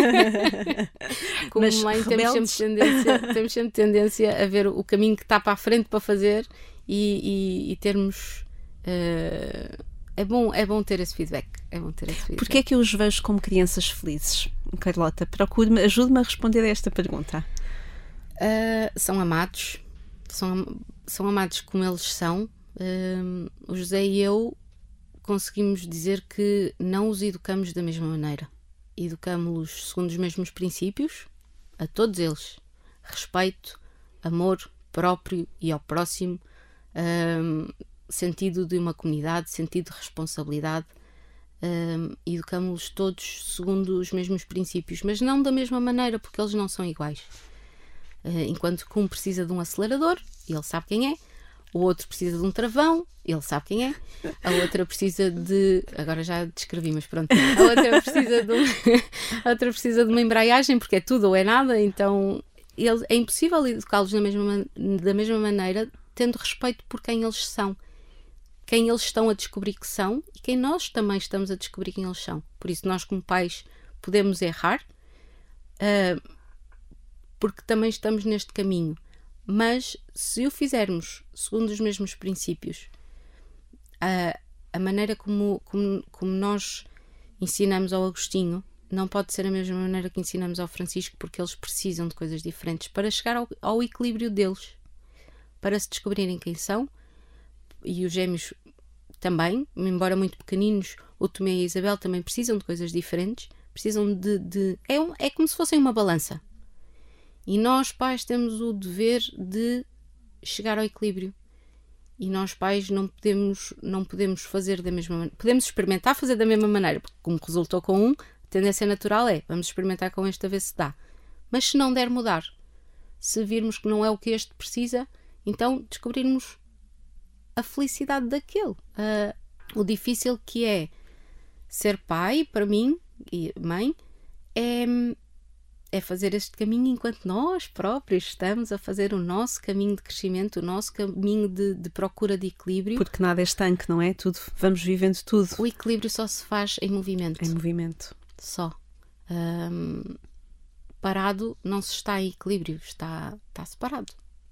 Como Mas mãe, rebeldes? temos sempre tendência a ver o caminho que está para a frente para fazer, e termos... É bom ter esse feedback. Porquê é que eu os vejo como crianças felizes, Carlota? Ajude-me a responder a esta pergunta. São amados. São amados como eles são. O José e eu conseguimos dizer que não os educamos da mesma maneira. Educamos-los segundo os mesmos princípios, a todos eles: respeito, amor próprio e ao próximo, sentido de uma comunidade, sentido de responsabilidade. Educamos-los todos segundo os mesmos princípios, mas não da mesma maneira, porque eles não são iguais. Enquanto que um precisa de um acelerador, ele sabe quem é; o outro precisa de um travão, ele sabe quem é; a outra precisa de... Agora já descrevi, mas pronto. A outra precisa de uma embreagem, porque é tudo ou é nada. Então é impossível educá-los da mesma maneira, tendo respeito por quem eles são, quem eles estão a descobrir que são, e quem nós também estamos a descobrir quem eles são. Por isso nós, como pais, podemos errar, porque também estamos neste caminho. Mas se o fizermos segundo os mesmos princípios, a maneira como nós ensinamos ao Agostinho não pode ser a mesma maneira que ensinamos ao Francisco, porque eles precisam de coisas diferentes para chegar ao equilíbrio deles, para se descobrirem quem são. E os gêmeos também, embora muito pequeninos, o Tomé e a Isabel também precisam de coisas diferentes, precisam é como se fossem uma balança. E nós, pais, temos o dever de chegar ao equilíbrio. E nós, pais, não podemos fazer da mesma maneira. Podemos experimentar fazer da mesma maneira, porque como resultou com um, a tendência natural vamos experimentar com este a ver se dá. Mas se não der, mudar. Se virmos que não é o que este precisa, então descobrirmos a felicidade daquele. O difícil que é ser pai, para mim, e mãe, é fazer este caminho enquanto nós próprios estamos a fazer o nosso caminho de crescimento, o nosso caminho de procura de equilíbrio. Porque nada é estanque, não é? Tudo, vamos vivendo tudo. O equilíbrio só se faz em movimento. Em movimento. Só. Parado não se está em equilíbrio, está separado.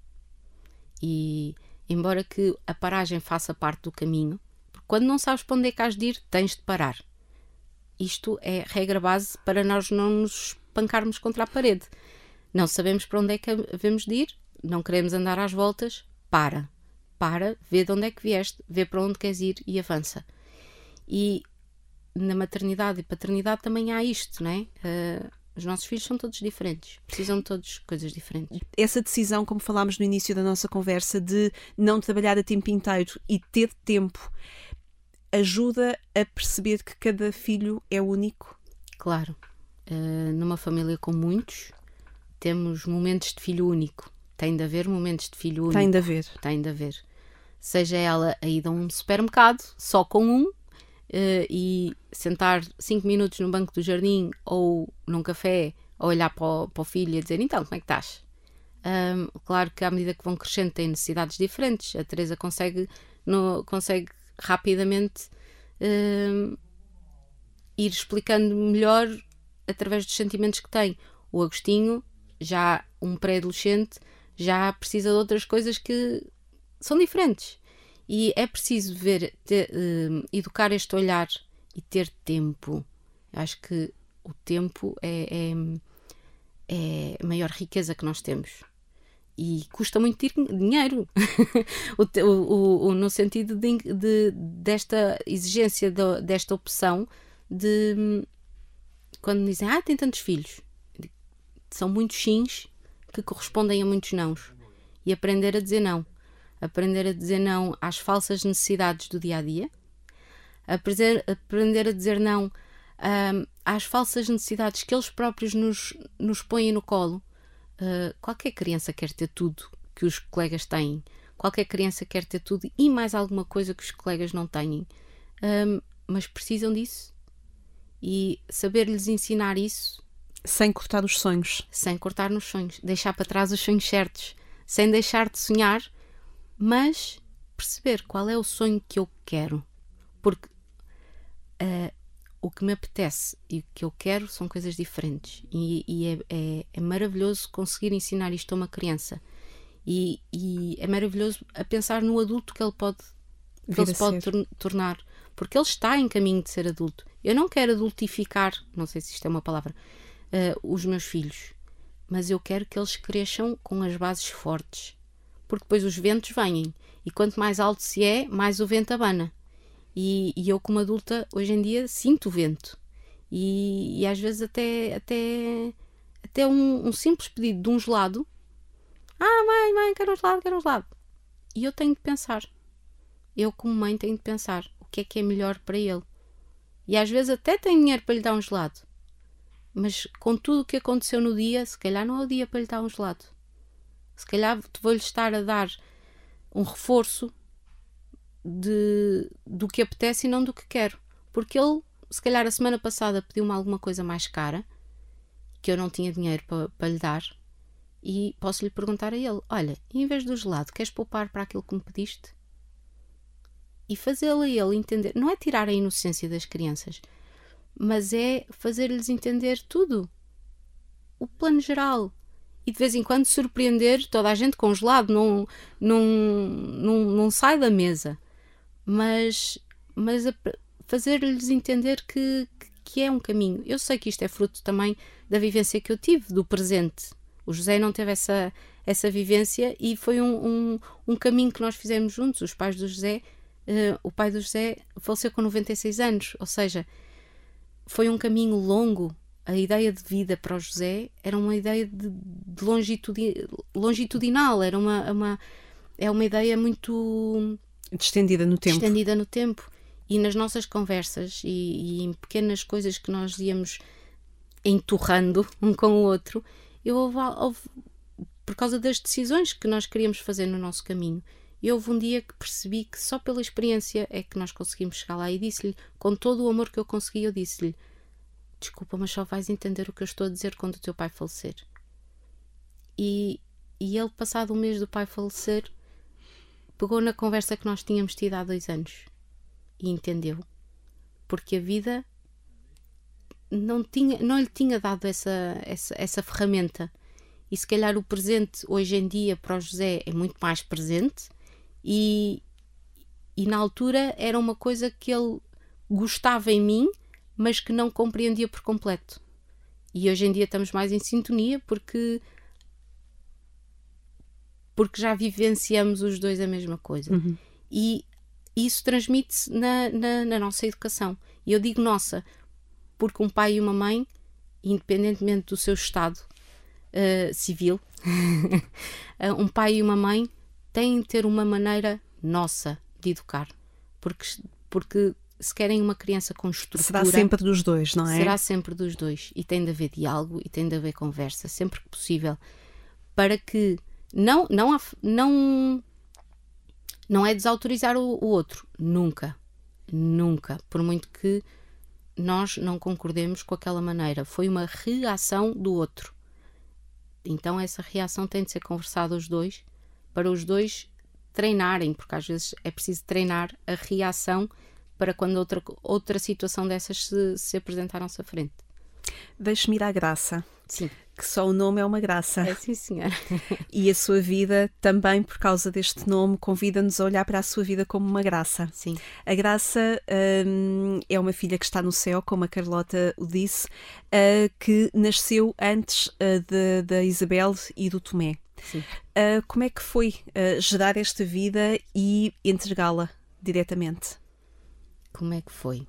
E embora que a paragem faça parte do caminho, porque quando não sabes para onde é que has de ir, tens de parar. Isto é regra base para nós não nos espancarmos contra a parede. Não sabemos para onde é que havemos de ir, não queremos andar às voltas, para, vê de onde é que vieste, vê para onde queres ir e avança. E na maternidade e paternidade também há isto, não é? Os nossos filhos são todos diferentes, precisam de todas coisas diferentes. Essa decisão, como falámos no início da nossa conversa, de não trabalhar a tempo inteiro e ter tempo, ajuda a perceber que cada filho é único? Claro. Numa família com muitos, temos momentos de filho único. Tem de haver momentos de filho único. Tem de haver. Seja ela a ida a um supermercado, só com um, e sentar 5 minutos no banco do jardim ou num café, a olhar para o filho e a dizer, então, como é que estás? Claro que à medida que vão crescendo têm necessidades diferentes. A Teresa consegue rapidamente ir explicando melhor através dos sentimentos que tem. O Agostinho, já um pré-adolescente, já precisa de outras coisas que são diferentes. E é preciso educar este olhar e ter tempo. Acho que o tempo é a maior riqueza que nós temos. E custa muito dinheiro. No sentido desta exigência, desta opção de... Quando me dizem, tem tantos filhos, são muitos sims que correspondem a muitos nãos. E aprender a dizer não. Aprender a dizer não às falsas necessidades do dia-a-dia. Aprender a dizer não às falsas necessidades que eles próprios nos põem no colo. Qualquer criança quer ter tudo que os colegas têm. Qualquer criança quer ter tudo e mais alguma coisa que os colegas não têm. Mas precisam disso. E saber-lhes ensinar isso... Sem cortar os sonhos. Sem cortar nos sonhos. Deixar para trás os sonhos certos. Sem deixar de sonhar, mas perceber qual é o sonho que eu quero. Porque o que me apetece e o que eu quero são coisas diferentes. E é maravilhoso conseguir ensinar isto a uma criança. E é maravilhoso a pensar no adulto que ele se pode tornar. Porque ele está em caminho de ser adulto. Eu não quero adultificar, não sei se isto é uma palavra, os meus filhos. Mas eu quero que eles cresçam com as bases fortes. Porque depois os ventos vêm. E quanto mais alto se é, mais o vento abana. E eu, como adulta, hoje em dia, sinto o vento. E às vezes até um simples pedido de um gelado. Mãe, quero um gelado. E eu tenho de pensar. Eu, como mãe, tenho de pensar o que é melhor para ele. E às vezes até tenho dinheiro para lhe dar um gelado. Mas com tudo o que aconteceu no dia, se calhar não é o dia para lhe dar um gelado. Se calhar vou-lhe estar a dar um reforço do que apetece e não do que quero. Porque ele, se calhar a semana passada, pediu-me alguma coisa mais cara, que eu não tinha dinheiro para lhe dar, e posso-lhe perguntar a ele, olha, em vez do gelado, queres poupar para aquilo que me pediste? E fazê-lo a ele entender. Não é tirar a inocência das crianças, mas é fazer-lhes entender tudo. O plano geral. e de vez em quando surpreender toda a gente congelado, não sai da mesa, mas fazer-lhes entender que é um caminho. Eu sei que isto é fruto também da vivência que eu tive, do presente. O José não teve essa vivência e foi um caminho que nós fizemos juntos. Os pais do José, o pai do José faleceu com 96 anos, ou seja, foi um caminho longo. A ideia de vida para o José era uma ideia de longitudinal, é uma ideia muito estendida no tempo. E nas nossas conversas e em pequenas coisas que nós íamos enturrando um com o outro, por causa das decisões que nós queríamos fazer no nosso caminho, houve um dia que percebi que só pela experiência é que nós conseguimos chegar lá, e disse-lhe, com todo o amor que eu consegui, eu disse-lhe: desculpa, mas só vais entender o que eu estou a dizer quando o teu pai falecer. E ele, passado um mês do pai falecer, pegou na conversa que nós tínhamos tido há 2 anos e entendeu, porque a vida não lhe tinha dado essa ferramenta, e se calhar o presente hoje em dia para o José é muito mais presente, e na altura era uma coisa que ele gostava em mim, mas que não compreendia por completo. E hoje em dia estamos mais em sintonia porque já vivenciamos os dois a mesma coisa. E isso transmite-se na nossa educação. E eu digo nossa, porque um pai e uma mãe, independentemente do seu estado civil, um pai e uma mãe têm de ter uma maneira nossa de educar. Porque se querem uma criança com estrutura... Será sempre dos dois, não é? Será sempre dos dois. E tem de haver diálogo e tem de haver conversa, sempre que possível, para que não é desautorizar o outro. Nunca. Por muito que nós não concordemos com aquela maneira. Foi uma reação do outro. Então essa reação tem de ser conversada aos dois, para os dois treinarem, porque às vezes é preciso treinar a reação para quando outra situação dessas se apresentar à nossa frente. Deixe-me ir à graça. Sim. Que só o nome é uma graça. É, sim, senhora. E a sua vida também, por causa deste nome, convida-nos a olhar para a sua vida como uma graça. Sim. A Graça é uma filha que está no céu, como a Carlota o disse, que nasceu antes da Isabel e do Tomé. Sim. Como é que foi gerar esta vida e entregá-la diretamente? Como é que foi?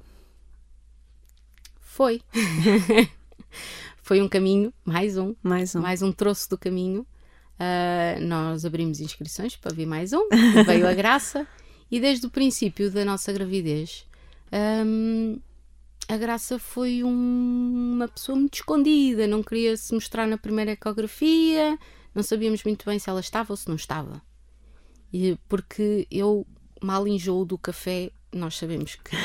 Foi. Foi um caminho, mais um troço do caminho. Nós abrimos inscrições para vir mais um, veio a Graça, e desde o princípio da nossa gravidez, a Graça foi uma pessoa muito escondida, não queria se mostrar na primeira ecografia, não sabíamos muito bem se ela estava ou se não estava. Porque eu mal enjoo do café, nós sabemos que...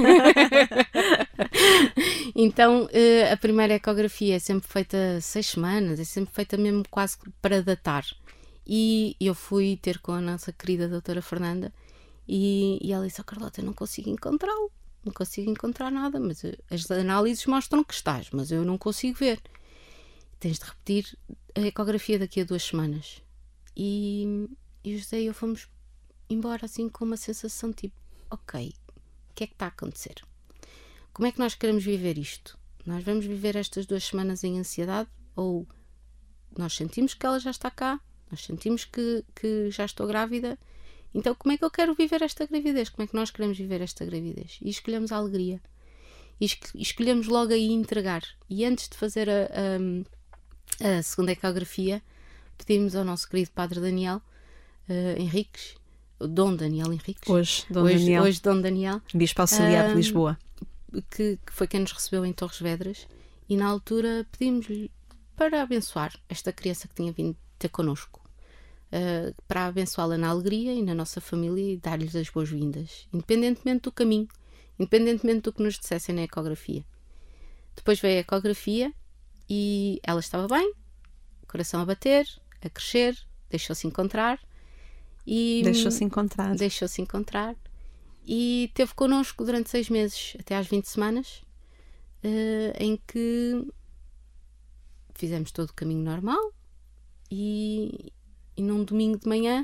Então, a primeira ecografia é sempre feita 6 semanas, é sempre feita mesmo quase para datar. E eu fui ter com a nossa querida doutora Fernanda e ela disse: Carlota, eu não consigo encontrá-lo, não consigo encontrar nada, mas as análises mostram que estás, mas eu não consigo ver. Tens de repetir a ecografia daqui a 2 semanas. E o José e eu fomos embora assim com uma sensação tipo: ok, o que é que está a acontecer? Como é que nós queremos viver isto? Nós vamos viver estas 2 semanas em ansiedade, ou nós sentimos que ela já está cá, nós sentimos que já estou grávida, então como é que eu quero viver esta gravidez? Como é que nós queremos viver esta gravidez? E escolhemos a alegria. E escolhemos logo aí entregar. E antes de fazer a segunda ecografia, pedimos ao nosso querido Padre Daniel Henriques, Dom Daniel Henriques. Hoje Dom Daniel. Bispo Auxiliar de Lisboa. Que foi quem nos recebeu em Torres Vedras, e na altura pedimos-lhe para abençoar esta criança que tinha vindo ter connosco, para abençoá-la na alegria e na nossa família, e dar-lhes as boas-vindas, independentemente do caminho, independentemente do que nos dissessem na ecografia. Depois veio a ecografia e ela estava bem, coração a bater, a crescer, deixou-se encontrar. Deixou-se encontrar. E esteve connosco durante 6 meses, até às 20 semanas, em que fizemos todo o caminho normal, e num domingo de manhã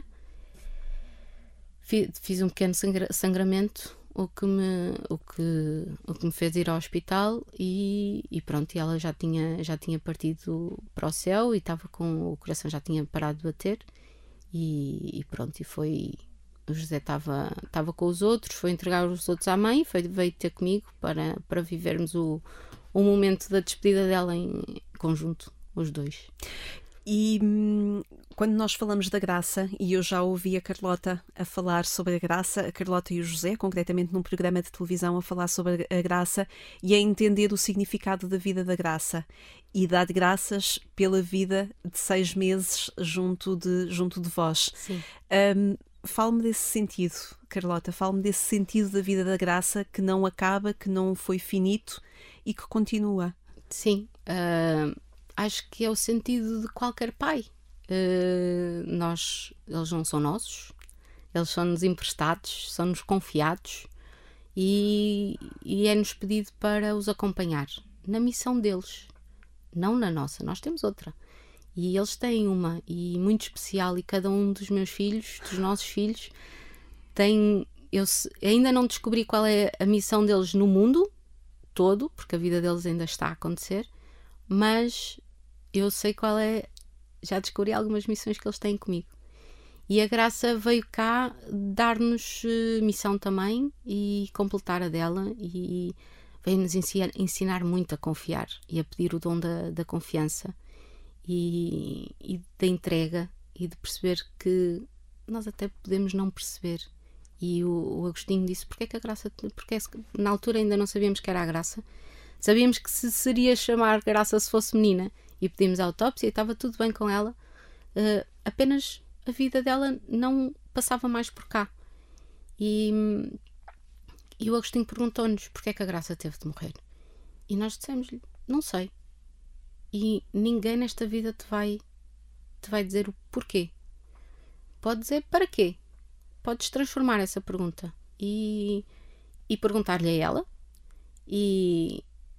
fiz um pequeno sangramento, o que me fez ir ao hospital e pronto, e ela já tinha partido para o céu e estava com o coração, já tinha parado de bater e pronto, e foi, o José estava com os outros, foi entregar os outros à mãe, veio ter comigo para vivermos o momento da despedida dela em conjunto, os dois. E quando nós falamos da graça, e eu já ouvi a Carlota a falar sobre a graça, a Carlota e o José, concretamente num programa de televisão, a falar sobre a graça e a entender o significado da vida da graça e dar graças pela vida de 6 meses junto de vós. Sim. Fale-me desse sentido, Carlota, fale-me desse sentido da vida da graça que não acaba, que não foi finito e que continua. Sim, acho que é o sentido de qualquer pai. Eles não são nossos, eles são-nos emprestados, são-nos confiados e é-nos pedido para os acompanhar na missão deles, não na nossa. Nós temos outra e eles têm uma e muito especial, e cada um dos meus filhos, dos nossos filhos, eu ainda não descobri qual é a missão deles no mundo todo, porque a vida deles ainda está a acontecer, mas eu sei qual é, já descobri algumas missões que eles têm comigo. E a graça veio cá dar-nos missão também e completar a dela, e veio-nos ensinar muito a confiar e a pedir o dom da confiança e da entrega, e de perceber que nós até podemos não perceber. E o Agostinho disse, porque é que a graça, porque na altura ainda não sabíamos que era a graça, sabíamos que se seria chamar graça se fosse menina, e pedimos a autópsia e estava tudo bem com ela, apenas a vida dela não passava mais por cá. E o Agostinho perguntou-nos porque é que a Graça teve de morrer, e nós dissemos-lhe, não sei, e ninguém nesta vida te vai dizer o porquê. Pode dizer para quê, podes transformar essa pergunta e perguntar-lhe a ela e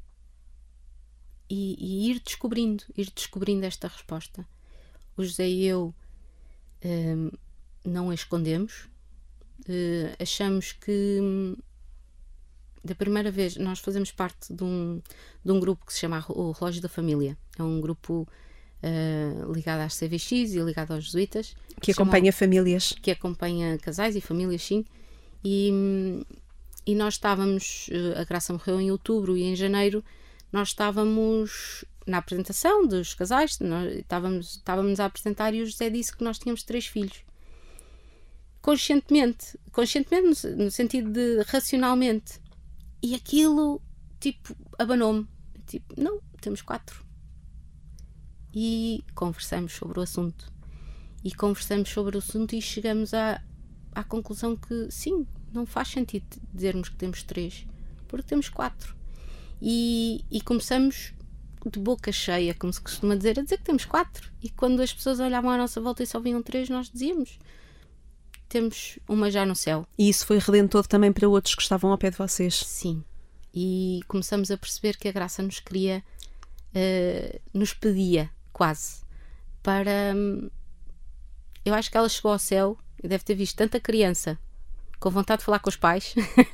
ir descobrindo esta resposta. O José e eu não a escondemos, achamos que da primeira vez nós fazemos parte de um grupo que se chama o Relógio da Família. É um grupo ligado às CVX e ligado aos jesuítas, que acompanha famílias, que acompanha casais e famílias, sim. E nós estávamos, a Graça morreu em outubro, e em janeiro nós estávamos na apresentação dos casais, estávamos a apresentar, e o José disse que nós tínhamos 3 filhos. Conscientemente no sentido de racionalmente. E aquilo, tipo, abanou-me. Tipo, não, temos 4. E conversamos sobre o assunto. E chegamos à conclusão que, sim, não faz sentido dizermos que temos 3, porque temos 4. E começamos de boca cheia, como se costuma dizer, a dizer que temos 4. E quando as pessoas olhavam à nossa volta e só viam 3, nós dizíamos, temos uma já no céu. E isso foi redentor também para outros que estavam ao pé de vocês. Sim. E começamos a perceber que a Graça nos queria, nos pedia quase para... Eu acho que ela chegou ao céu e deve ter visto tanta criança com vontade de falar com os pais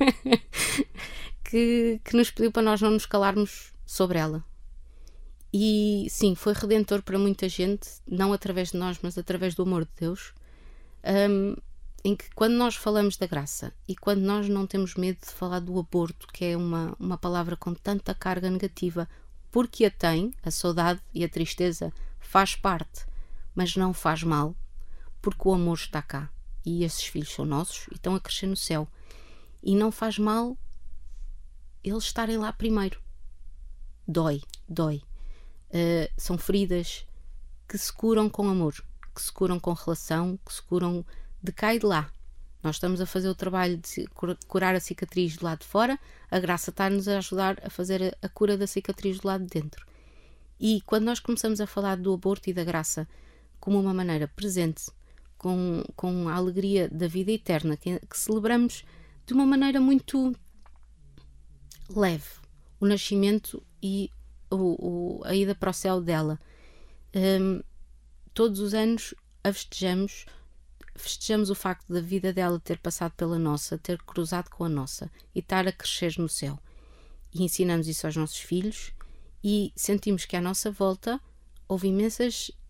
que nos pediu para nós não nos calarmos sobre ela. E sim, foi redentor para muita gente, não através de nós, mas através do amor de Deus, em que quando nós falamos da graça e quando nós não temos medo de falar do aborto, que é uma palavra com tanta carga negativa, porque a tem, a saudade e a tristeza faz parte, mas não faz mal, porque o amor está cá e esses filhos são nossos e estão a crescer no céu, e não faz mal eles estarem lá primeiro. Dói. São feridas que se curam com amor, que se curam com relação, que se curam de cá e de lá. Nós estamos a fazer o trabalho de curar a cicatriz do lado de fora, a Graça está-nos a ajudar a fazer a cura da cicatriz do lado de dentro. E quando nós começamos a falar do aborto e da graça como uma maneira presente, com a alegria da vida eterna, que celebramos de uma maneira muito leve, o nascimento e a ida para o céu dela, todos os anos a festejamos o facto da vida dela ter passado pela nossa, ter cruzado com a nossa e estar a crescer no céu. E ensinamos isso aos nossos filhos e sentimos que à nossa volta houve imensa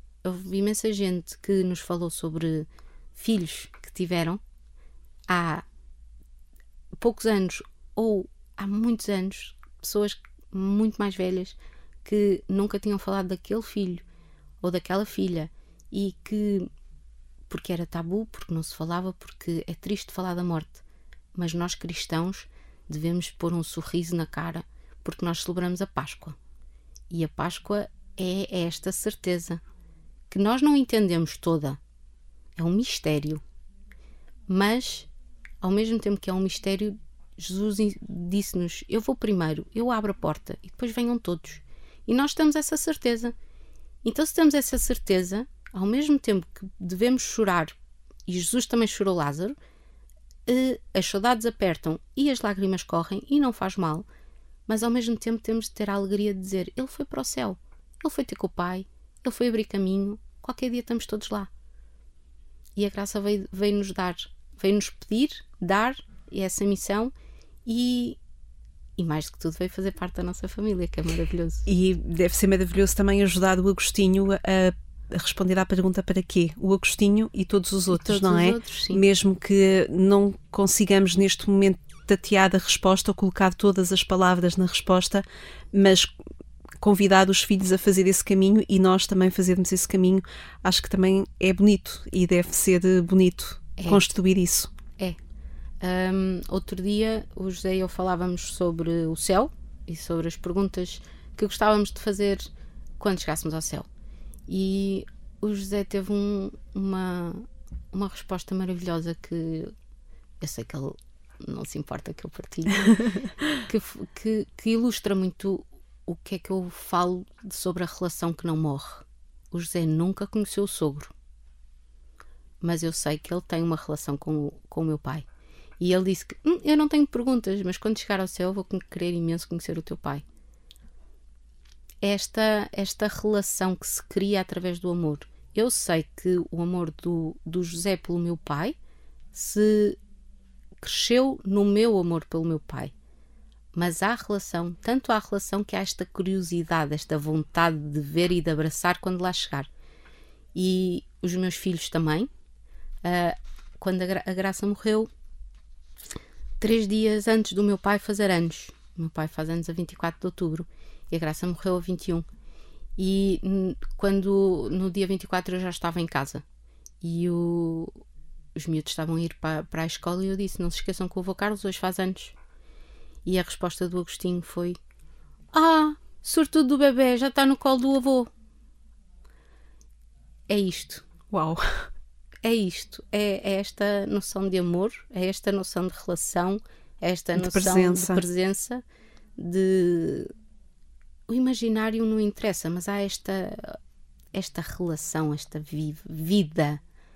gente que nos falou sobre filhos que tiveram há poucos anos ou há muitos anos, pessoas muito mais velhas que nunca tinham falado daquele filho ou daquela filha e que, porque era tabu, porque não se falava, porque é triste falar da morte, mas nós cristãos devemos pôr um sorriso na cara porque nós celebramos a Páscoa e a Páscoa é esta certeza que nós não entendemos toda, é um mistério, mas ao mesmo tempo que é um mistério, Jesus disse-nos, eu vou primeiro, eu abro a porta e depois venham todos. E nós temos essa certeza. Então, se temos essa certeza, ao mesmo tempo que devemos chorar, e Jesus também chorou Lázaro, as saudades apertam e as lágrimas correm e não faz mal, mas ao mesmo tempo temos de ter a alegria de dizer, ele foi para o céu, ele foi ter com o Pai, ele foi abrir caminho, qualquer dia estamos todos lá. E a graça veio-nos dar, veio-nos pedir, dar essa missão e mais do que tudo veio fazer parte da nossa família, que é maravilhoso. E deve ser maravilhoso também ajudar o Agostinho a responder à pergunta para quê? O Agostinho e todos os outros, todos não os é? outros, sim. Mesmo que não consigamos neste momento tatear a resposta ou colocar todas as palavras na resposta, mas convidar os filhos a fazer esse caminho e nós também fazermos esse caminho, acho que também é bonito e deve ser bonito construir isso. É. Outro dia o José e eu falávamos sobre o céu e sobre as perguntas que gostávamos de fazer quando chegássemos ao céu, e o José teve uma resposta maravilhosa que eu sei que ele não se importa que eu partilhe que ilustra muito o que é que eu falo sobre a relação que não morre. O José nunca conheceu o sogro, mas eu sei que ele tem uma relação com o meu pai. E ele disse que eu não tenho perguntas, mas quando chegar ao céu vou querer imenso conhecer o teu pai. Esta relação que se cria através do amor. Eu sei que o amor do José pelo meu pai se cresceu no meu amor pelo meu pai. Mas há relação, tanto há relação que há esta curiosidade, esta vontade de ver e de abraçar quando lá chegar. E os meus filhos também. Quando a Graça morreu, 3 dias antes do meu pai fazer anos. O meu pai faz anos a 24 de outubro e a Graça morreu a 21. E quando no dia 24 eu já estava em casa e os miúdos estavam a ir para a escola e eu disse, não se esqueçam que o avô Carlos hoje faz anos. E a resposta do Agostinho foi, sortudo do bebê, já está no colo do avô. É isto. Uau! É isto, é esta noção de amor, é esta noção de relação, é esta noção de presença, o imaginário não interessa, mas há esta relação, esta vida.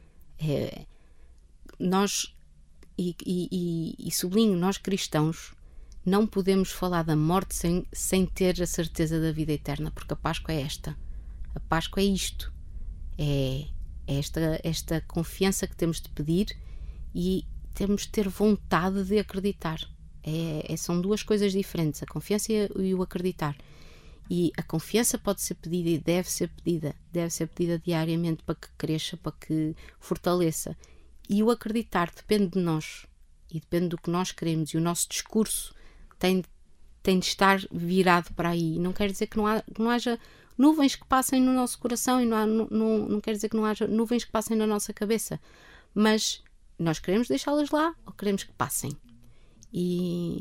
Nós, e sublinho, nós cristãos, não podemos falar da morte sem ter a certeza da vida eterna, porque a Páscoa é esta. A Páscoa é isto. É esta confiança que temos de pedir e temos de ter vontade de acreditar. São duas coisas diferentes, a confiança e o acreditar. E a confiança pode ser pedida e deve ser pedida diariamente para que cresça, para que fortaleça. E o acreditar depende de nós e depende do que nós queremos, e o nosso discurso tem de estar virado para aí. Não quer dizer que não haja nuvens que passem no nosso coração e não quer dizer que não haja nuvens que passem na nossa cabeça, mas nós queremos deixá-las lá ou queremos que passem? E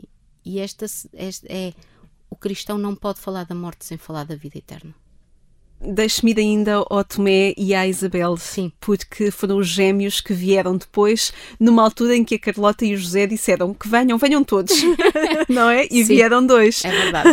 o cristão não pode falar da morte sem falar da vida eterna. Deixe-me ir ainda ao Tomé e à Isabel. Sim. Porque foram os gêmeos que vieram depois, numa altura em que a Carlota e o José disseram que venham todos, não é? E sim, vieram 2. É verdade.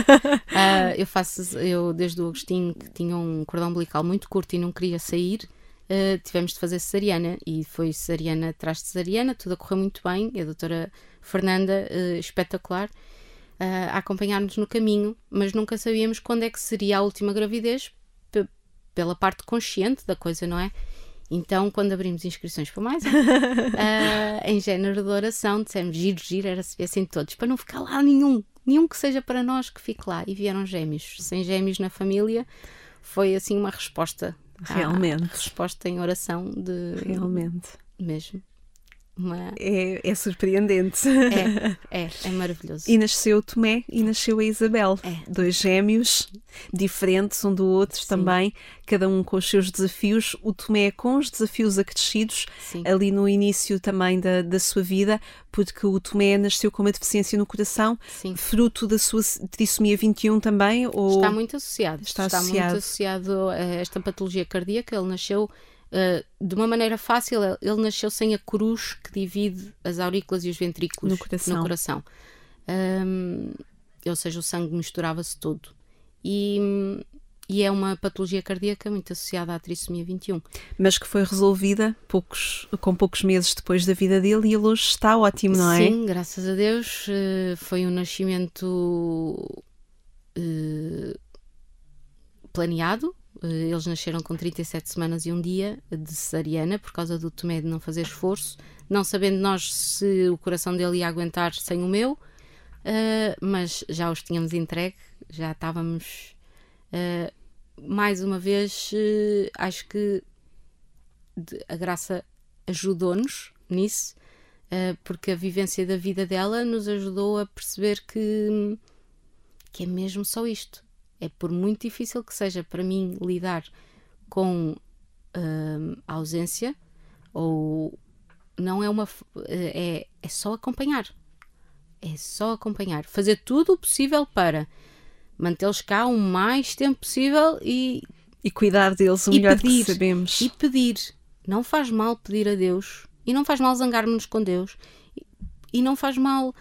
Eu desde o Agostinho, que tinha um cordão umbilical muito curto e não queria sair, tivemos de fazer cesariana, e foi cesariana atrás de cesariana, tudo a correr muito bem, e a doutora Fernanda, espetacular, a acompanhar-nos no caminho, mas nunca sabíamos quando é que seria a última gravidez, pela parte consciente da coisa, não é? Então, quando abrimos inscrições para mais em género de oração, dissemos giro, era se viessem todos, para não ficar lá nenhum que seja para nós que fique lá. E vieram gêmeos. Sem gêmeos na família, foi assim uma resposta. Realmente. Resposta em oração de... Realmente. Mesmo. É surpreendente. É maravilhoso. E nasceu o Tomé e nasceu a Isabel. 2 gêmeos diferentes um do outro. Sim. Também, cada um com os seus desafios. O Tomé com os desafios acrescidos. Sim. Ali no início também da sua vida, porque o Tomé nasceu com uma deficiência no coração. Sim. Fruto da sua trissomia 21 também? Ou... Está muito associado. Está muito associado a esta patologia cardíaca. Ele nasceu... de uma maneira fácil, ele nasceu sem a cruz que divide as aurículas e os ventrículos no coração. Ou seja, o sangue misturava-se todo. E é uma patologia cardíaca muito associada à trissomia 21. Mas que foi resolvida com poucos meses depois da vida dele, e ele hoje está ótimo, não é? Sim, graças a Deus. Foi um nascimento planeado. Eles nasceram com 37 semanas e um dia de cesariana, por causa do Tomé de não fazer esforço, não sabendo nós se o coração dele ia aguentar sem o meu, mas já os tínhamos entregue, já estávamos mais uma vez, acho que a graça ajudou-nos nisso, porque a vivência da vida dela nos ajudou a perceber que é mesmo só isto. É por muito difícil que seja para mim lidar com a ausência, ou não é uma... É só acompanhar. É só acompanhar. Fazer tudo o possível para mantê-los cá o mais tempo possível e cuidar deles o melhor que sabemos. E pedir. Não faz mal pedir a Deus. E não faz mal zangar-nos com Deus. E não faz mal...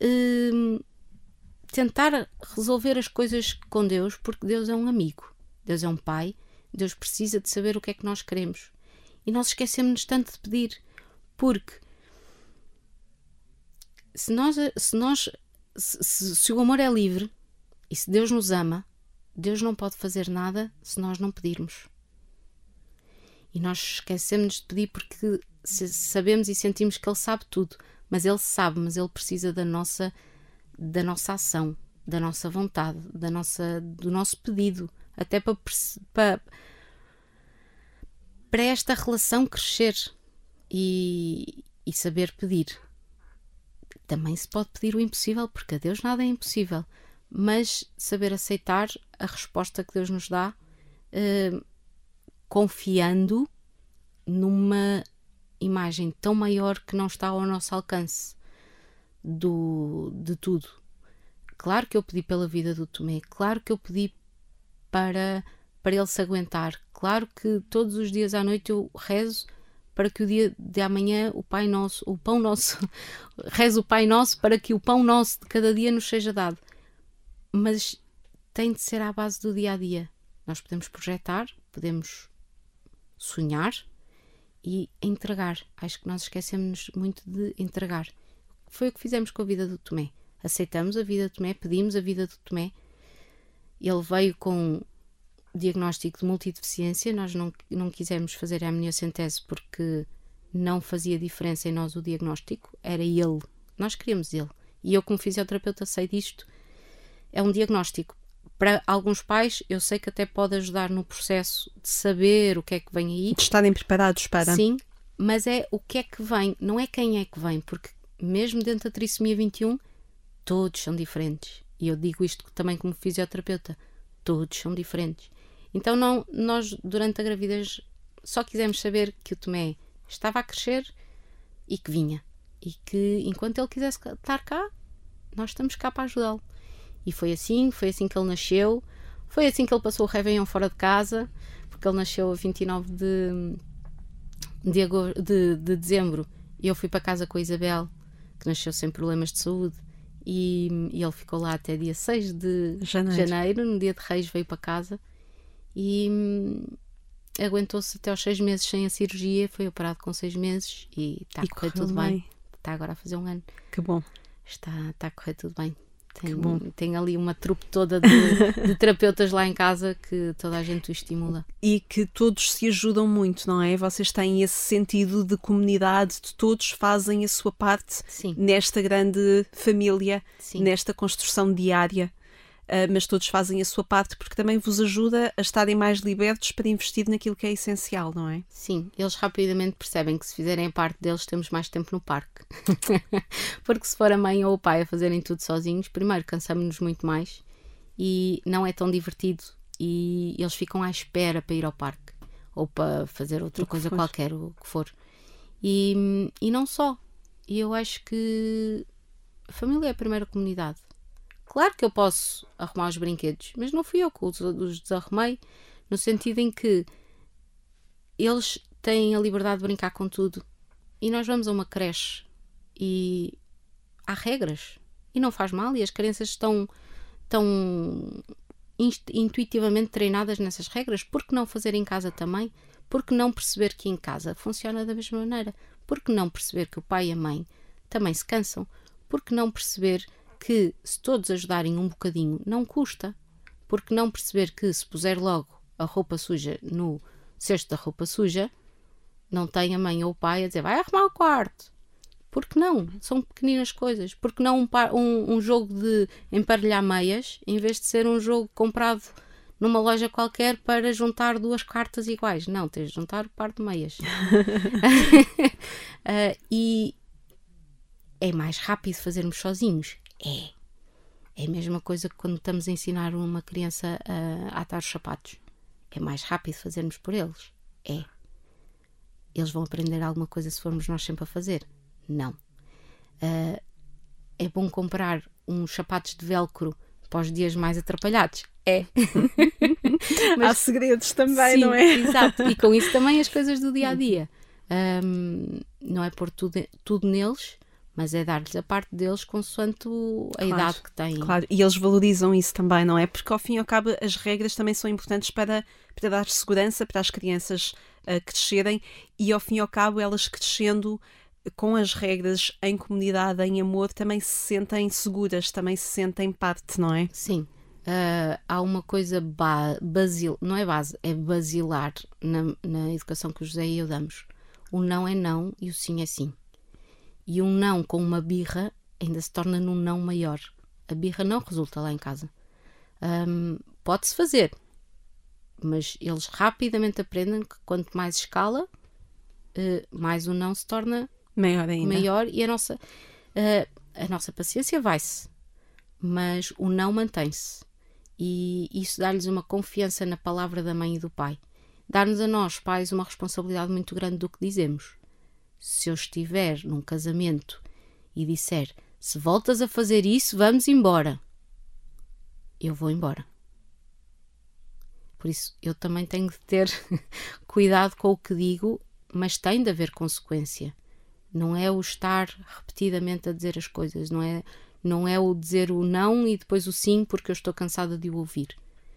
tentar resolver as coisas com Deus, porque Deus é um amigo, Deus é um pai, Deus precisa de saber o que é que nós queremos. E nós esquecemos-nos tanto de pedir, porque se o amor é livre e se Deus nos ama, Deus não pode fazer nada se nós não pedirmos. E nós esquecemos-nos de pedir porque sabemos e sentimos que Ele sabe tudo, mas Ele sabe, mas Ele precisa da nossa ação, da nossa vontade, do nosso pedido, até para esta relação crescer e saber pedir. Também se pode pedir o impossível, porque a Deus nada é impossível, mas saber aceitar a resposta que Deus nos dá, confiando numa imagem tão maior que não está ao nosso alcance. De tudo. Claro que eu pedi pela vida do Tomé, claro que eu pedi para ele se aguentar, claro que todos os dias à noite eu rezo para que o dia de amanhã o pão nosso rezo o Pai Nosso para que o pão nosso de cada dia nos seja dado, mas tem de ser à base do dia a dia. Nós podemos projetar, podemos sonhar e entregar. Acho que nós esquecemos muito de entregar. Foi o que fizemos com a vida do Tomé. Aceitamos a vida do Tomé, pedimos a vida do Tomé. Ele veio com diagnóstico de multideficiência. Nós não quisemos fazer a amniocentese porque não fazia diferença em nós o diagnóstico. Era ele. Nós queríamos ele. E eu, como fisioterapeuta, sei disto. É um diagnóstico. Para alguns pais, eu sei que até pode ajudar no processo de saber o que é que vem aí. De estarem preparados para. Sim, mas é o que é que vem. Não é quem é que vem, porque mesmo dentro da trissomia 21, todos são diferentes. E eu digo isto também como fisioterapeuta. Todos são diferentes. Então nós, durante a gravidez, só quisemos saber que o Tomé estava a crescer e que vinha. E que enquanto ele quisesse estar cá, nós estamos cá para ajudá-lo. E foi assim que ele nasceu. Foi assim que ele passou o Réveillon fora de casa, porque ele nasceu a 29 de dezembro. E eu fui para casa com a Isabel, que nasceu sem problemas de saúde. E ele ficou lá até dia 6 de janeiro. No dia de Reis veio para casa. E aguentou-se até aos 6 meses sem a cirurgia. Foi operado com 6 meses e está a correr tudo bem. Está agora a fazer 1 ano. Que bom. Está a correr tudo bem. Tem ali uma trupe toda de terapeutas lá em casa que toda a gente o estimula. E que todos se ajudam muito, não é? Vocês têm esse sentido de comunidade, de todos fazem a sua parte nesta grande família, nesta construção diária. Mas todos fazem a sua parte porque também vos ajuda a estarem mais libertos para investir naquilo que é essencial, não é? Sim, eles rapidamente percebem que se fizerem a parte deles temos mais tempo no parque. Porque se for a mãe ou o pai a fazerem tudo sozinhos, primeiro cansamos-nos muito mais e não é tão divertido e eles ficam à espera para ir ao parque ou para fazer outra coisa qualquer, o que for. E não só. E eu acho que a família é a primeira comunidade. Claro que eu posso arrumar os brinquedos, mas não fui eu que os desarrumei, no sentido em que eles têm a liberdade de brincar com tudo. E nós vamos a uma creche e há regras. E não faz mal, e as crianças estão intuitivamente treinadas nessas regras. Por que não fazer em casa também? Por que não perceber que em casa funciona da mesma maneira? Por que não perceber que o pai e a mãe também se cansam? Por que não perceber que se todos ajudarem um bocadinho não custa? Porque não perceber que se puser logo a roupa suja no cesto da roupa suja, não tem a mãe ou o pai a dizer vai arrumar o quarto? Porque não? São pequeninas coisas. Porque não um jogo de emparelhar meias, em vez de ser um jogo comprado numa loja qualquer para juntar duas cartas iguais? Não, tens de juntar o par de meias. E é mais rápido fazermos sozinhos. É a mesma coisa que quando estamos a ensinar uma criança a atar os sapatos. É mais rápido fazermos por eles. Eles vão aprender alguma coisa se formos nós sempre a fazer? Não. É bom comprar uns sapatos de velcro para os dias mais atrapalhados? Mas, há segredos também, não é? Exato. E com isso também as coisas do dia-a-dia. Não é pôr tudo neles, mas é dar-lhes a parte deles consoante a idade que têm. Claro, e eles valorizam isso também, não é? Porque ao fim e ao cabo as regras também são importantes para dar segurança para as crianças crescerem e ao fim e ao cabo elas crescendo com as regras em comunidade, em amor, também se sentem seguras, também se sentem parte, não é? Sim. Há uma coisa não é base, é basilar na educação que o José e eu damos. O não é não e o sim é sim. E um não com uma birra ainda se torna num não maior. A birra não resulta lá em casa. Pode-se fazer, mas eles rapidamente aprendem que quanto mais escala, mais o não se torna maior ainda. E a nossa paciência vai-se, mas o não mantém-se. E isso dá-lhes uma confiança na palavra da mãe e do pai. Dá-nos a nós, pais, uma responsabilidade muito grande do que dizemos. Se eu estiver num casamento e disser se voltas a fazer isso, vamos embora, eu vou embora. Por isso, eu também tenho de ter cuidado com o que digo, mas tem de haver consequência. Não é o estar repetidamente a dizer as coisas, não é o dizer o não e depois o sim porque eu estou cansada de o ouvir.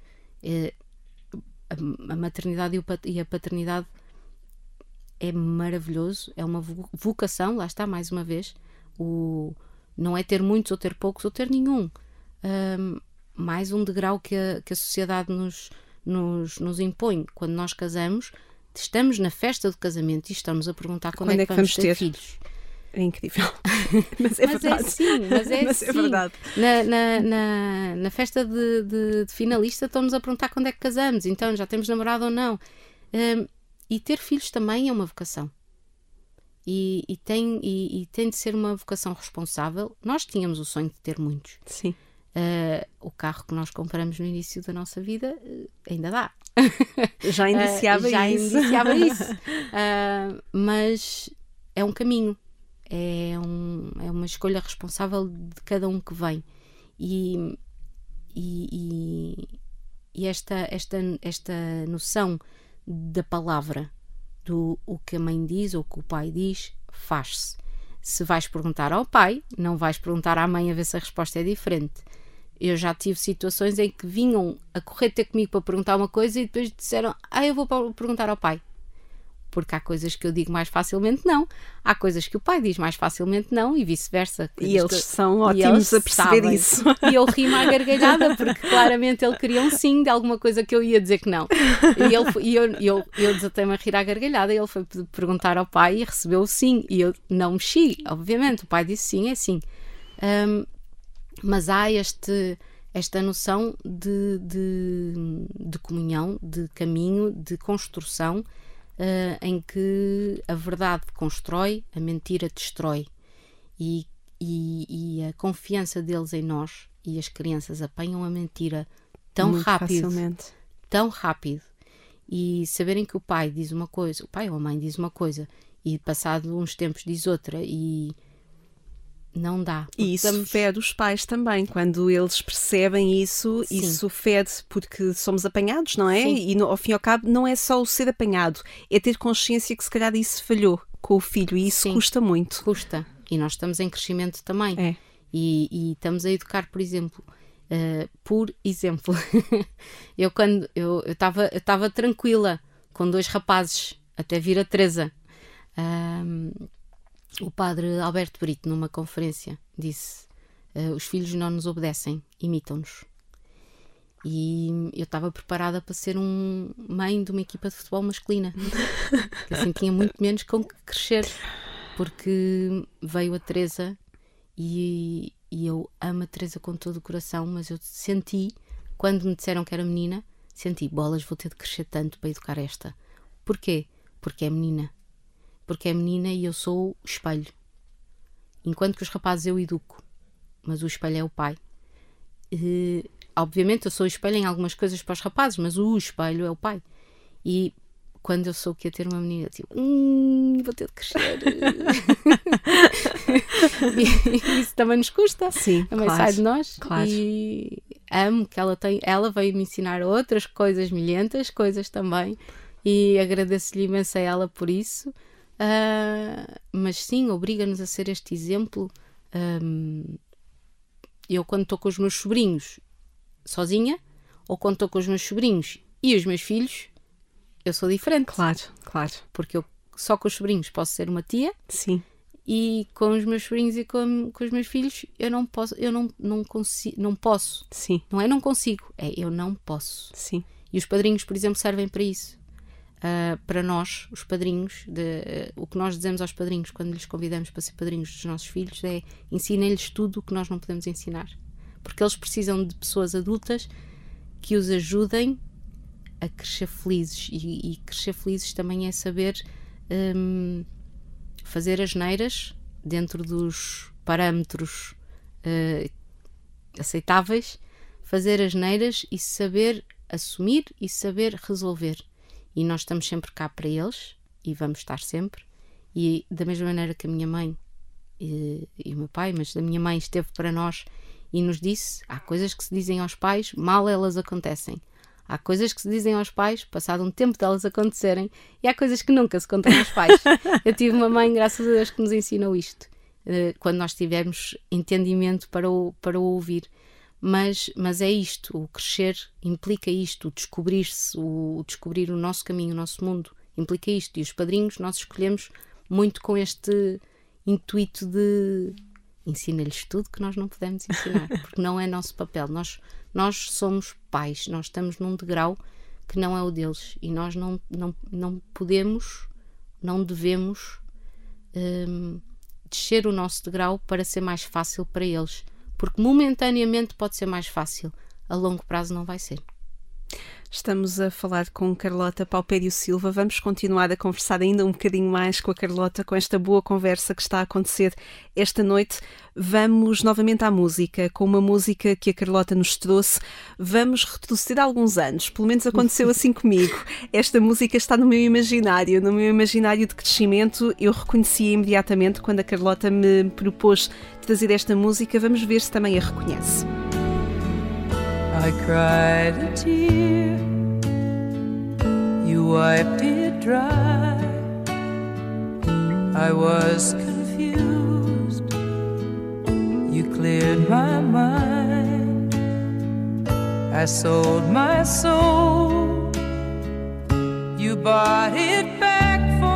A maternidade e a paternidade é maravilhoso, é uma vocação, lá está, mais uma vez, não é ter muitos ou ter poucos ou ter nenhum. Mais um degrau que a sociedade nos impõe. Quando nós casamos, estamos na festa do casamento e estamos a perguntar quando é que vamos ter filhos. É incrível. Mas é verdade. Mas é verdade. Na festa de finalista estão-nos a perguntar quando é que casamos, então já temos namorado ou não. E ter filhos também é uma vocação. E tem de ser uma vocação responsável. Nós tínhamos o sonho de ter muitos. Sim. O carro que nós compramos no início da nossa vida ainda dá. Já indiciava isso. Mas é um caminho. É uma escolha responsável de cada um que vem. E esta noção da palavra, do o que a mãe diz ou o que o pai diz, faz-se. Se vais perguntar ao pai, não vais perguntar à mãe a ver se a resposta é diferente. Eu já tive situações em que vinham a correr ter comigo para perguntar uma coisa e depois disseram, eu vou perguntar ao pai. porque há coisas que eu digo mais facilmente não, há coisas que o pai diz mais facilmente não e vice-versa. E eles são ótimos a perceber isso. E eu ri-me à gargalhada, porque claramente ele queria um sim de alguma coisa que eu ia dizer que não. E eu desatei-me a rir à gargalhada, e ele foi perguntar ao pai e recebeu o sim, e eu não mexi, obviamente, o pai disse sim, é sim. Mas há esta noção de comunhão, de caminho, de construção, em que a verdade constrói, a mentira destrói, e a confiança deles em nós, e as crianças apanham a mentira tão rápido, e saberem que o pai diz uma coisa, o pai ou a mãe diz uma coisa, e passado uns tempos diz outra, e não dá. E isso fede os pais também, quando eles percebem isso, Sim. isso fede, porque somos apanhados, não é? Sim. E ao fim e ao cabo não é só o ser apanhado, é ter consciência que se calhar isso falhou com o filho, e isso Sim. custa muito. Custa, e nós estamos em crescimento também, É. e estamos a educar, por exemplo, eu estava tranquila com 2 rapazes, até vir a Teresa. O padre Alberto Brito, numa conferência, disse: os filhos não nos obedecem, imitam-nos. E eu estava preparada para ser mãe de uma equipa de futebol masculina. Assim, tinha muito menos com que crescer, porque veio a Teresa, e eu amo a Teresa com todo o coração, mas eu senti, quando me disseram que era menina, senti, bolas, vou ter de crescer tanto para educar esta. Porquê? Porque é menina. Porque é menina e eu sou o espelho. Enquanto que os rapazes eu educo, mas o espelho é o pai. Obviamente eu sou o espelho em algumas coisas para os rapazes, mas o espelho é o pai. E quando eu soube que ia ter uma menina, tipo, vou ter de crescer. E isso também nos custa. Sim, também claro, sai de nós. claro. E amo que ela veio me ensinar outras coisas milhentas, coisas também. E agradeço-lhe imenso a ela por isso. Mas sim, obriga-nos a ser este exemplo. Eu, quando estou com os meus sobrinhos sozinha, ou quando estou com os meus sobrinhos e os meus filhos, eu sou diferente. Claro. Porque eu só com os sobrinhos posso ser uma tia, Sim. e com os meus sobrinhos e com os meus filhos eu não posso, não posso. Sim. Não é não consigo, é eu não posso. Sim. E os padrinhos, por exemplo, servem para isso. Para nós, os padrinhos, o que nós dizemos aos padrinhos quando lhes convidamos para ser padrinhos dos nossos filhos é: ensinem-lhes tudo o que nós não podemos ensinar, porque eles precisam de pessoas adultas que os ajudem a crescer felizes, e crescer felizes também é saber fazer asneiras dentro dos parâmetros aceitáveis, fazer asneiras e saber assumir e saber resolver. E nós estamos sempre cá para eles, e vamos estar sempre. E da mesma maneira que a minha mãe e o meu pai, mas a minha mãe esteve para nós e nos disse: há coisas que se dizem aos pais, mal elas acontecem. Há coisas que se dizem aos pais, passado um tempo delas acontecerem, e há coisas que nunca se contam aos pais. Eu tive uma mãe, graças a Deus, que nos ensinou isto, quando nós tivermos entendimento para o ouvir. Mas é isto, o crescer implica isto, o descobrir-se, o descobrir o nosso caminho, o nosso mundo, implica isto. E os padrinhos nós escolhemos muito com este intuito de ensina-lhes tudo que nós não podemos ensinar, porque não é nosso papel. Nós somos pais, nós estamos num degrau que não é o deles, e nós não podemos, não devemos descer o nosso degrau para ser mais fácil para eles. Porque momentaneamente pode ser mais fácil, a longo prazo não vai ser. Estamos a falar com Carlota Paupério Silva. Vamos continuar a conversar ainda um bocadinho mais com a Carlota, com esta boa conversa que está a acontecer esta noite. Vamos novamente à música, com uma música que a Carlota nos trouxe. Vamos retroceder alguns anos, pelo menos aconteceu assim comigo. Esta música está no meu imaginário de crescimento. Eu reconheci imediatamente quando a Carlota me propôs trazer esta música. Vamos ver se também a reconhece. I cried a tear, you wiped it dry. I was confused, you cleared my mind. I sold my soul, you bought it back for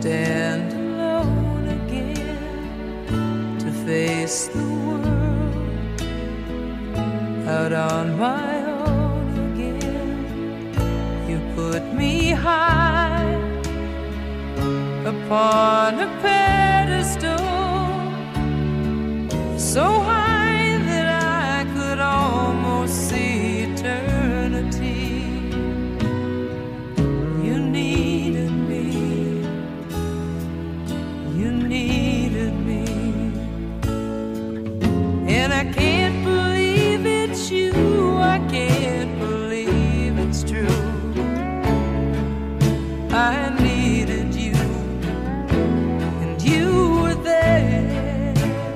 stand alone again, to face the world out on my own again. You put me high upon a pedestal, so high that I could almost see eternity. You needed me, you needed me, and I can't believe it's you, I can't believe it's true. I needed you, and you were there,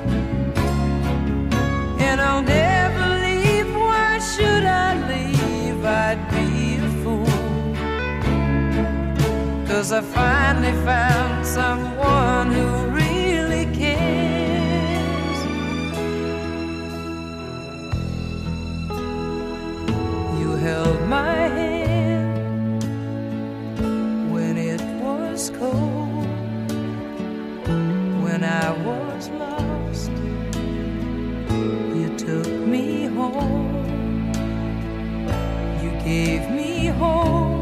and I'll never leave. Why should I leave? I'd be a fool, 'cause I finally found someone who really cares. You held my hand when it was cold, when I was lost. You took me home, you gave me hope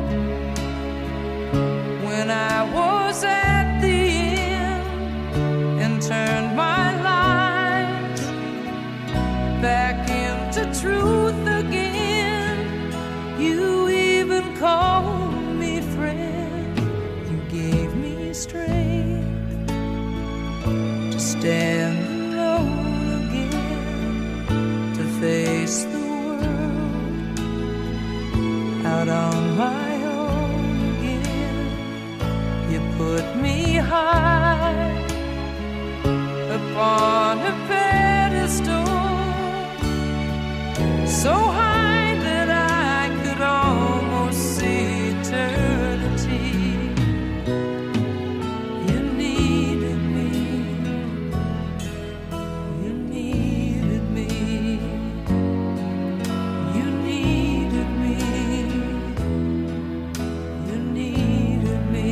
when I was at the end, and turned my life back into truth again. You even called me friend, you gave me strength to stand alone again, to face the world out on my own again. You put me high upon a pedestal, so high that I could almost see eternity. You needed me, you needed me, you needed me, you needed me.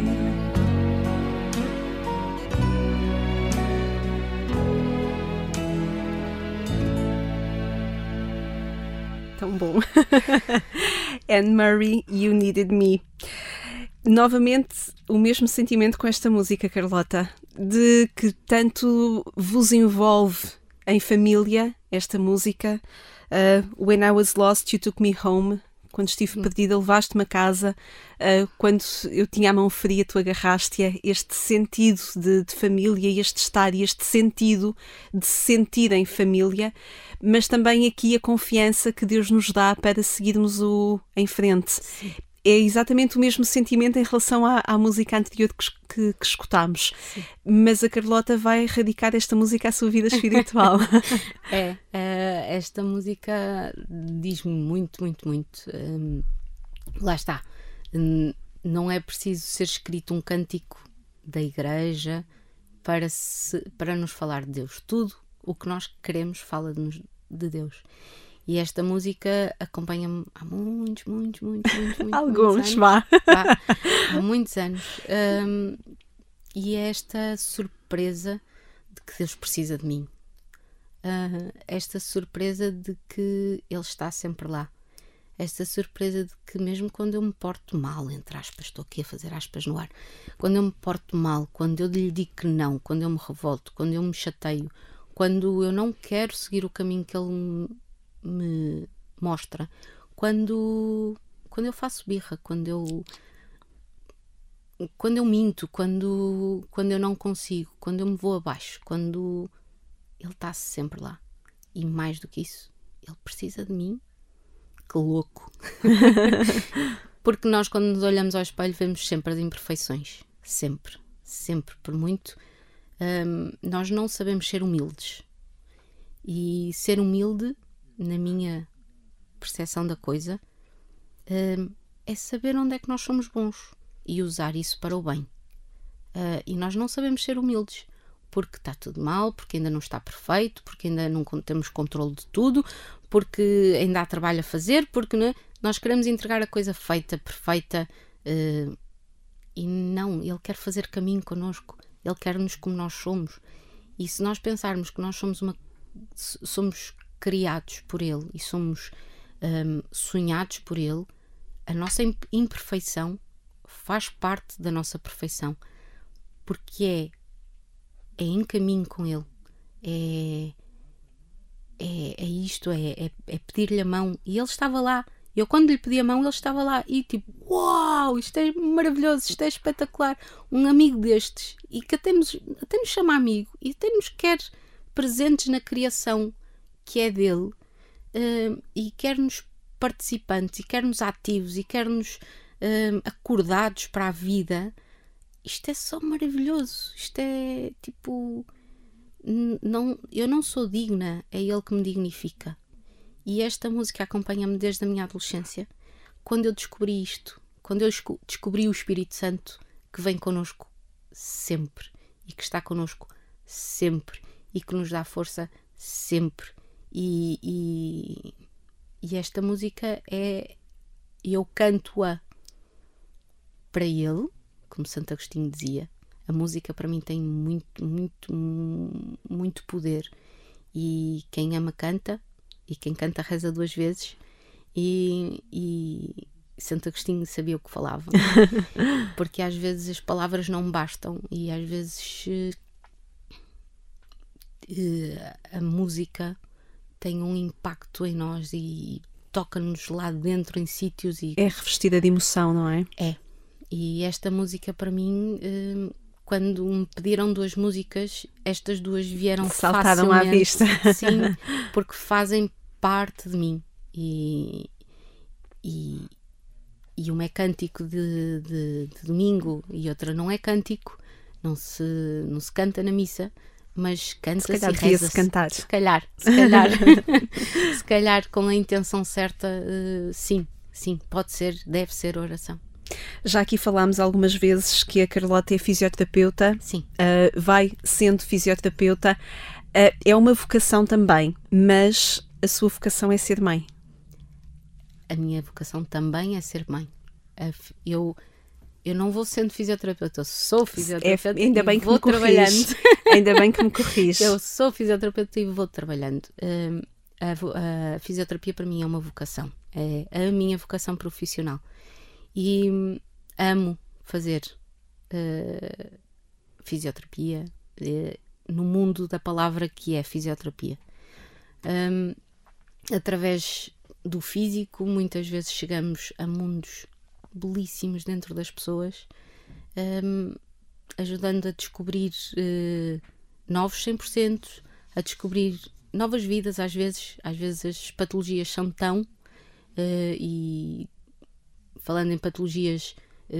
Tão bom. Anne Murray, You Needed Me. Novamente, o mesmo sentimento com esta música, Carlota, de que tanto vos envolve em família, esta música. When I was lost, you took me home. Quando estive perdida, levaste-me a casa. Quando eu tinha a mão fria, tu agarraste-a. Este sentido de família, este estar e este sentido de se sentir em família, mas também aqui a confiança que Deus nos dá para seguirmos em frente. Sim. É exatamente o mesmo sentimento em relação à música anterior que escutámos. Sim. Mas a Carlota vai radicar esta música à sua vida espiritual. Esta música diz-me muito, muito, muito. Lá está. Não é preciso ser escrito um cântico da igreja para nos falar de Deus. Tudo o que nós queremos fala-nos de Deus. E esta música acompanha-me há muitos alguns, anos. Há muitos anos. E é esta surpresa de que Deus precisa de mim. Esta surpresa de que Ele está sempre lá. Esta surpresa de que mesmo quando eu me porto mal, entre aspas, estou aqui a fazer aspas no ar, quando eu me porto mal, quando eu lhe digo que não, quando eu me revolto, quando eu me chateio, quando eu não quero seguir o caminho que Ele me mostra, quando eu faço birra, quando eu minto, quando eu não consigo, quando eu me vou abaixo, quando Ele está sempre lá. E mais do que isso, Ele precisa de mim. Que louco! Porque nós, quando nos olhamos ao espelho, vemos sempre as imperfeições. Sempre, por muito. Nós não sabemos ser humildes. E ser humilde, na minha percepção da coisa, é saber onde é que nós somos bons e usar isso para o bem. E nós não sabemos ser humildes, porque está tudo mal, porque ainda não está perfeito, porque ainda não temos controle de tudo, porque ainda há trabalho a fazer, porque nós queremos entregar a coisa feita, perfeita, E não, Ele quer fazer caminho connosco, Ele quer-nos como nós somos. E se nós pensarmos que nós somos criados por Ele e somos sonhados por Ele, a nossa imperfeição faz parte da nossa perfeição, porque é em caminho com Ele, é isto, é pedir-lhe a mão, e Ele estava lá. Eu quando lhe pedi a mão, Ele estava lá, e tipo, uau, isto é maravilhoso, isto é espetacular, um amigo destes, e que até nos chama amigo, e até nos quer presentes na criação que é dele, e quer-nos participantes, e quer-nos ativos, e quer-nos acordados para a vida. Isto é só maravilhoso, isto é tipo, eu não sou digna, é Ele que me dignifica. E esta música acompanha-me desde a minha adolescência, quando eu descobri isto, quando eu descobri o Espírito Santo que vem connosco sempre, e que está connosco sempre, e que nos dá força sempre. E esta música eu canto-a para Ele, como Santo Agostinho dizia. A música para mim tem muito, muito, muito poder, e quem ama canta, e quem canta reza 2 vezes, e Santo Agostinho sabia o que falava, porque às vezes as palavras não bastam, e às vezes a música tem um impacto em nós e toca-nos lá dentro em sítios. E é revestida de emoção, não é? É. E esta música para mim, quando me pediram 2 músicas, estas 2 vieram saltaram facilmente, à vista. Sim, porque fazem parte de mim, e uma é cântico de domingo e outra não é cântico, não se canta na missa, mas canta-se e reza-se. Cantar. Se calhar se calhar com a intenção certa, sim, pode ser, deve ser oração. Já aqui falámos algumas vezes que a Carlota é fisioterapeuta. Sim. Vai sendo fisioterapeuta. É uma vocação também, mas a sua vocação é ser mãe. A minha vocação também é ser mãe. Eu não vou sendo fisioterapeuta, eu sou fisioterapeuta, ainda bem que vou me trabalhando. Ainda bem que me corrige. Eu sou fisioterapeuta e vou trabalhando. A fisioterapia para mim é uma vocação, é a minha vocação profissional. E amo fazer fisioterapia no mundo da palavra que é fisioterapia. Através do físico, muitas vezes chegamos a mundos belíssimos dentro das pessoas, ajudando a descobrir novos 100%, a descobrir novas vidas. Às vezes as patologias são tão, e falando em patologias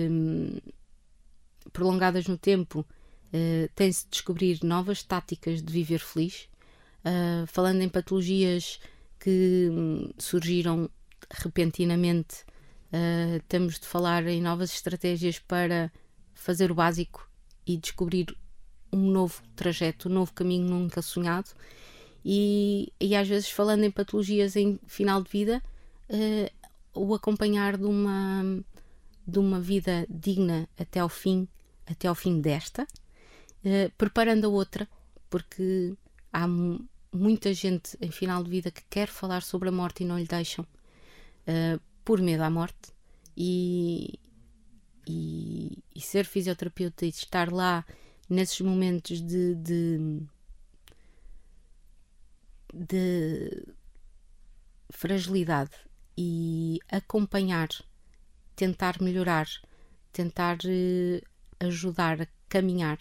prolongadas no tempo, tem-se de descobrir novas táticas de viver feliz. Falando em patologias que surgiram repentinamente, temos de falar em novas estratégias para fazer o básico e descobrir um novo trajeto, um novo caminho nunca sonhado. E às vezes, falando em patologias em final de vida, o acompanhar de uma vida digna até ao fim desta, preparando a outra, porque há muita gente em final de vida que quer falar sobre a morte e não lhe deixam, por medo à morte, e ser fisioterapeuta e estar lá nesses momentos de fragilidade e acompanhar, tentar melhorar, tentar ajudar a caminhar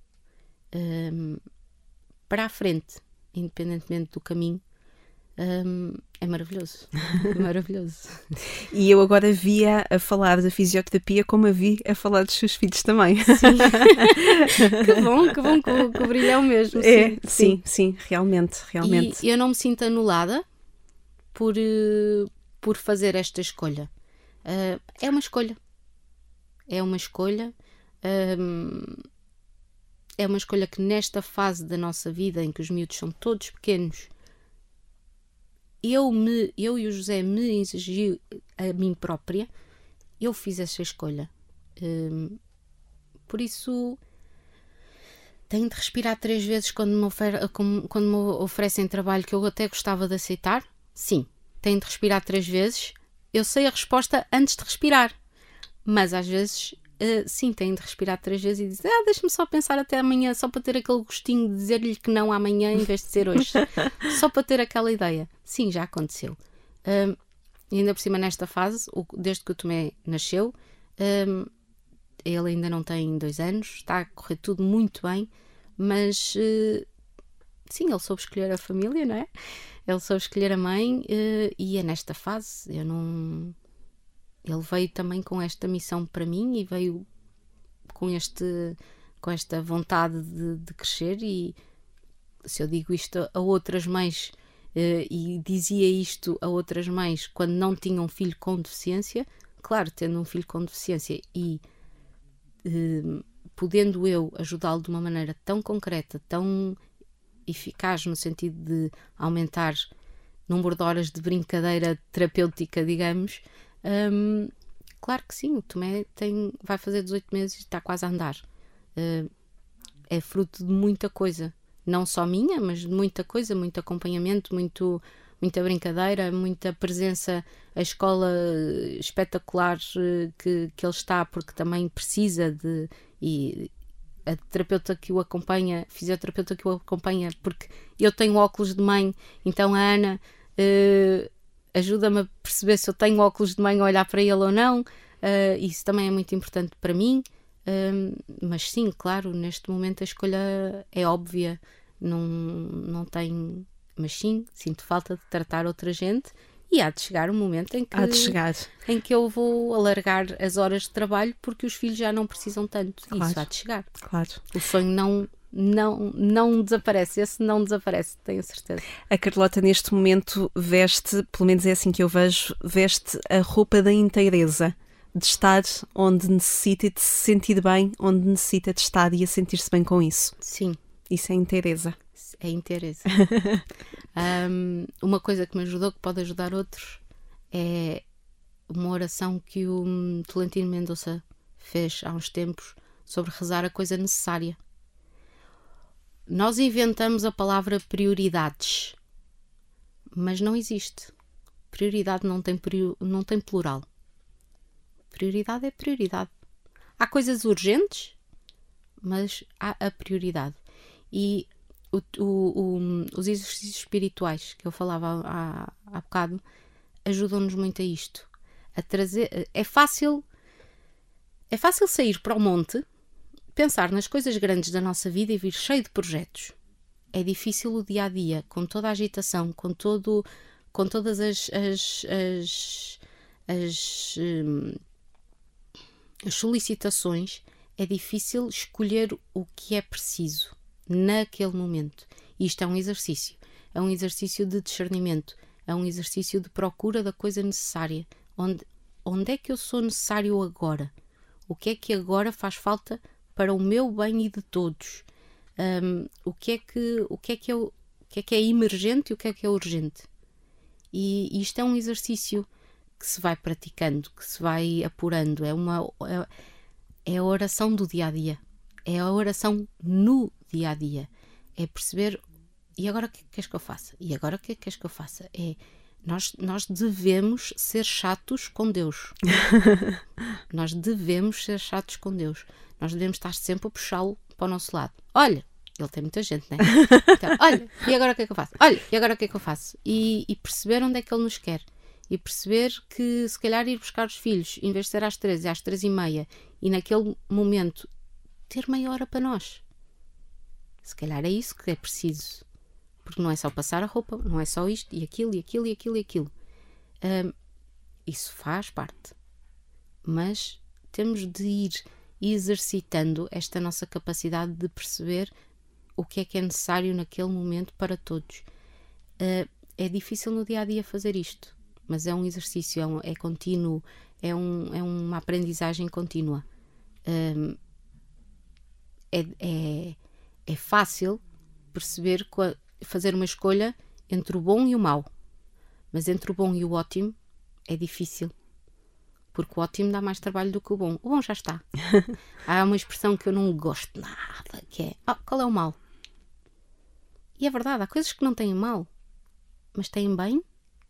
para a frente, independentemente do caminho, é maravilhoso. Maravilhoso. E eu agora via a falar da fisioterapia como a vi a falar dos seus filhos também. Sim. que bom que o brilho é o mesmo. Sim, realmente. E eu não me sinto anulada por fazer esta escolha. É uma escolha. É uma escolha que nesta fase da nossa vida, em que os miúdos são todos pequenos, eu e o José me exigi a mim própria, eu fiz essa escolha. Por isso, tenho de respirar 3 vezes quando me oferecem trabalho que eu até gostava de aceitar. Sim, tenho de respirar 3 vezes. Eu sei a resposta antes de respirar, mas às vezes, sim, tenho de respirar 3 vezes e dizer, deixa-me só pensar até amanhã, só para ter aquele gostinho de dizer-lhe que não amanhã em vez de ser hoje. Só para ter aquela ideia. Sim, já aconteceu. E ainda por cima nesta fase, desde que o Tomé nasceu, ele ainda não tem 2 anos, está a correr tudo muito bem, mas sim, ele soube escolher a família, não é? Ele soube escolher a mãe, e é nesta fase. Ele veio também com esta missão para mim e veio com esta vontade de crescer. E se eu digo isto a outras mães, e dizia isto a outras mães quando não tinham um filho com deficiência, claro, tendo um filho com deficiência e podendo eu ajudá-lo de uma maneira tão concreta, tão eficaz no sentido de aumentar o número de horas de brincadeira terapêutica, digamos, claro que sim, o Tomé vai fazer 18 meses e está quase a andar. É fruto de muita coisa, não só minha, mas de muita coisa, muito acompanhamento, muita brincadeira, muita presença, a escola espetacular que ele está, porque também precisa de... E a terapeuta que o acompanha, a fisioterapeuta que o acompanha, porque eu tenho óculos de mãe, então a Ana ajuda-me a perceber se eu tenho óculos de mãe a olhar para ele ou não. Isso também é muito importante para mim. Mas sim, claro, neste momento a escolha é óbvia, não tenho, mas sim, sinto falta de tratar outra gente, e há de chegar um momento em que eu vou alargar as horas de trabalho porque os filhos já não precisam tanto. Claro. Isso há de chegar. Claro. O sonho não desaparece, esse não desaparece, tenho certeza. A Carlota neste momento veste, pelo menos é assim que eu vejo, veste a roupa da inteireza, de estar onde necessita e de se sentir bem onde necessita de estar e a sentir-se bem com isso. Sim. Isso é inteireza. É inteireza. Uma coisa que me ajudou, que pode ajudar outros, é uma oração que o Tolentino Mendonça fez há uns tempos sobre rezar a coisa necessária. Nós inventamos a palavra prioridades, mas não existe. Prioridade não tem plural. Prioridade é prioridade. Há coisas urgentes, mas há a prioridade. E os exercícios espirituais que eu falava há bocado ajudam-nos muito a isto. A trazer, é fácil sair para o monte, pensar nas coisas grandes da nossa vida e vir cheio de projetos. É difícil o dia a dia, com toda a agitação, com todas as solicitações. É difícil escolher o que é preciso naquele momento. E isto é um exercício de discernimento, é um exercício de procura da coisa necessária. Onde é que eu sou necessário agora? O que é que agora faz falta para o meu bem e de todos? O que é que é emergente e o que é urgente? E isto é um exercício que se vai praticando, que se vai apurando. É a oração do dia-a-dia. É a oração no dia-a-dia. É perceber, e agora o que queres que eu faça? E agora o que queres que eu faça? Nós devemos ser chatos com Deus. Nós devemos ser chatos com Deus. Nós devemos estar sempre a puxá-lo para o nosso lado. Olha, ele tem muita gente, não é? Então, olha, e agora o que é que eu faço? Olha, e agora o que é que eu faço? E perceber onde é que ele nos quer. E perceber que se calhar ir buscar os filhos, em vez de ser às 13, às 3h30, e naquele momento ter meia hora para nós. Se calhar é isso que é preciso. Porque não é só passar a roupa, não é só isto, e aquilo, e aquilo, e aquilo, e aquilo. Isso faz parte. Mas temos de ir exercitando esta nossa capacidade de perceber o que é necessário naquele momento para todos. É difícil no dia-a-dia fazer isto, mas é um exercício, é contínuo, é uma aprendizagem contínua. É fácil perceber, fazer uma escolha entre o bom e o mau, mas entre o bom e o ótimo é difícil, Porque o ótimo dá mais trabalho do que o bom. O bom já está. Há uma expressão que eu não gosto nada, que é, qual é o mal? E é verdade, há coisas que não têm mal, mas têm bem.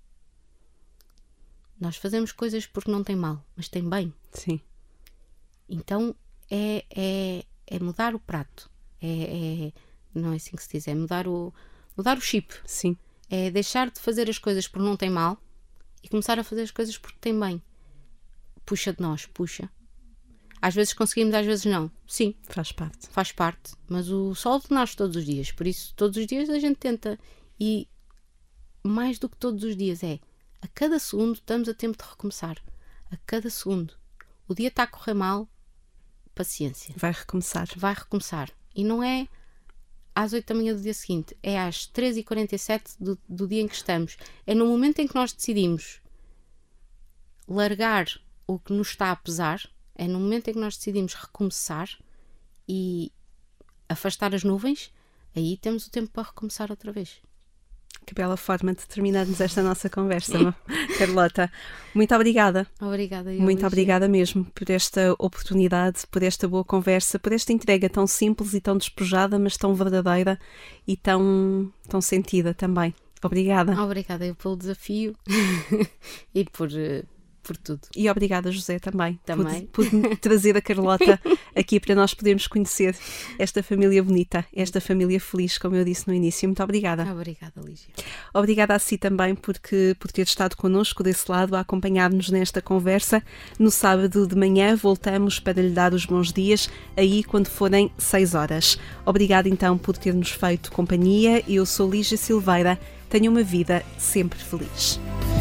Nós fazemos coisas porque não têm mal, mas têm bem. Sim. Então é mudar o prato. Não é assim que se diz, é mudar o chip. Sim. É deixar de fazer as coisas porque não tem mal e começar a fazer as coisas porque tem bem. Puxa de nós, puxa. Às vezes conseguimos, às vezes não. Sim. Faz parte. Faz parte. Mas o sol nasce todos os dias. Por isso, todos os dias a gente tenta. E mais do que todos os dias a cada segundo estamos a tempo de recomeçar. A cada segundo. O dia está a correr mal, paciência. Vai recomeçar. Vai recomeçar. E não é às 8 da manhã do dia seguinte, é às 3h47 do dia em que estamos. É no momento em que nós decidimos largar o que nos está a pesar, é no momento em que nós decidimos recomeçar e afastar as nuvens, aí temos o tempo para recomeçar outra vez. Que bela forma de terminarmos esta nossa conversa, Carlota. Muito obrigada. Obrigada. Muito obrigada mesmo por esta oportunidade, por esta boa conversa, por esta entrega tão simples e tão despojada, mas tão verdadeira e tão sentida também. Obrigada. Obrigada eu pelo desafio e por tudo. E obrigada, José, também. Também. Por trazer a Carlota aqui para nós podermos conhecer esta família bonita, esta família feliz, como eu disse no início. Muito obrigada. Obrigada, Lígia. Obrigada a si também por ter estado connosco desse lado, a acompanhar-nos nesta conversa. No sábado de manhã voltamos para lhe dar os bons dias, aí quando forem 6 horas. Obrigada então por ter-nos feito companhia. Eu sou Lígia Silveira. Tenha uma vida sempre feliz.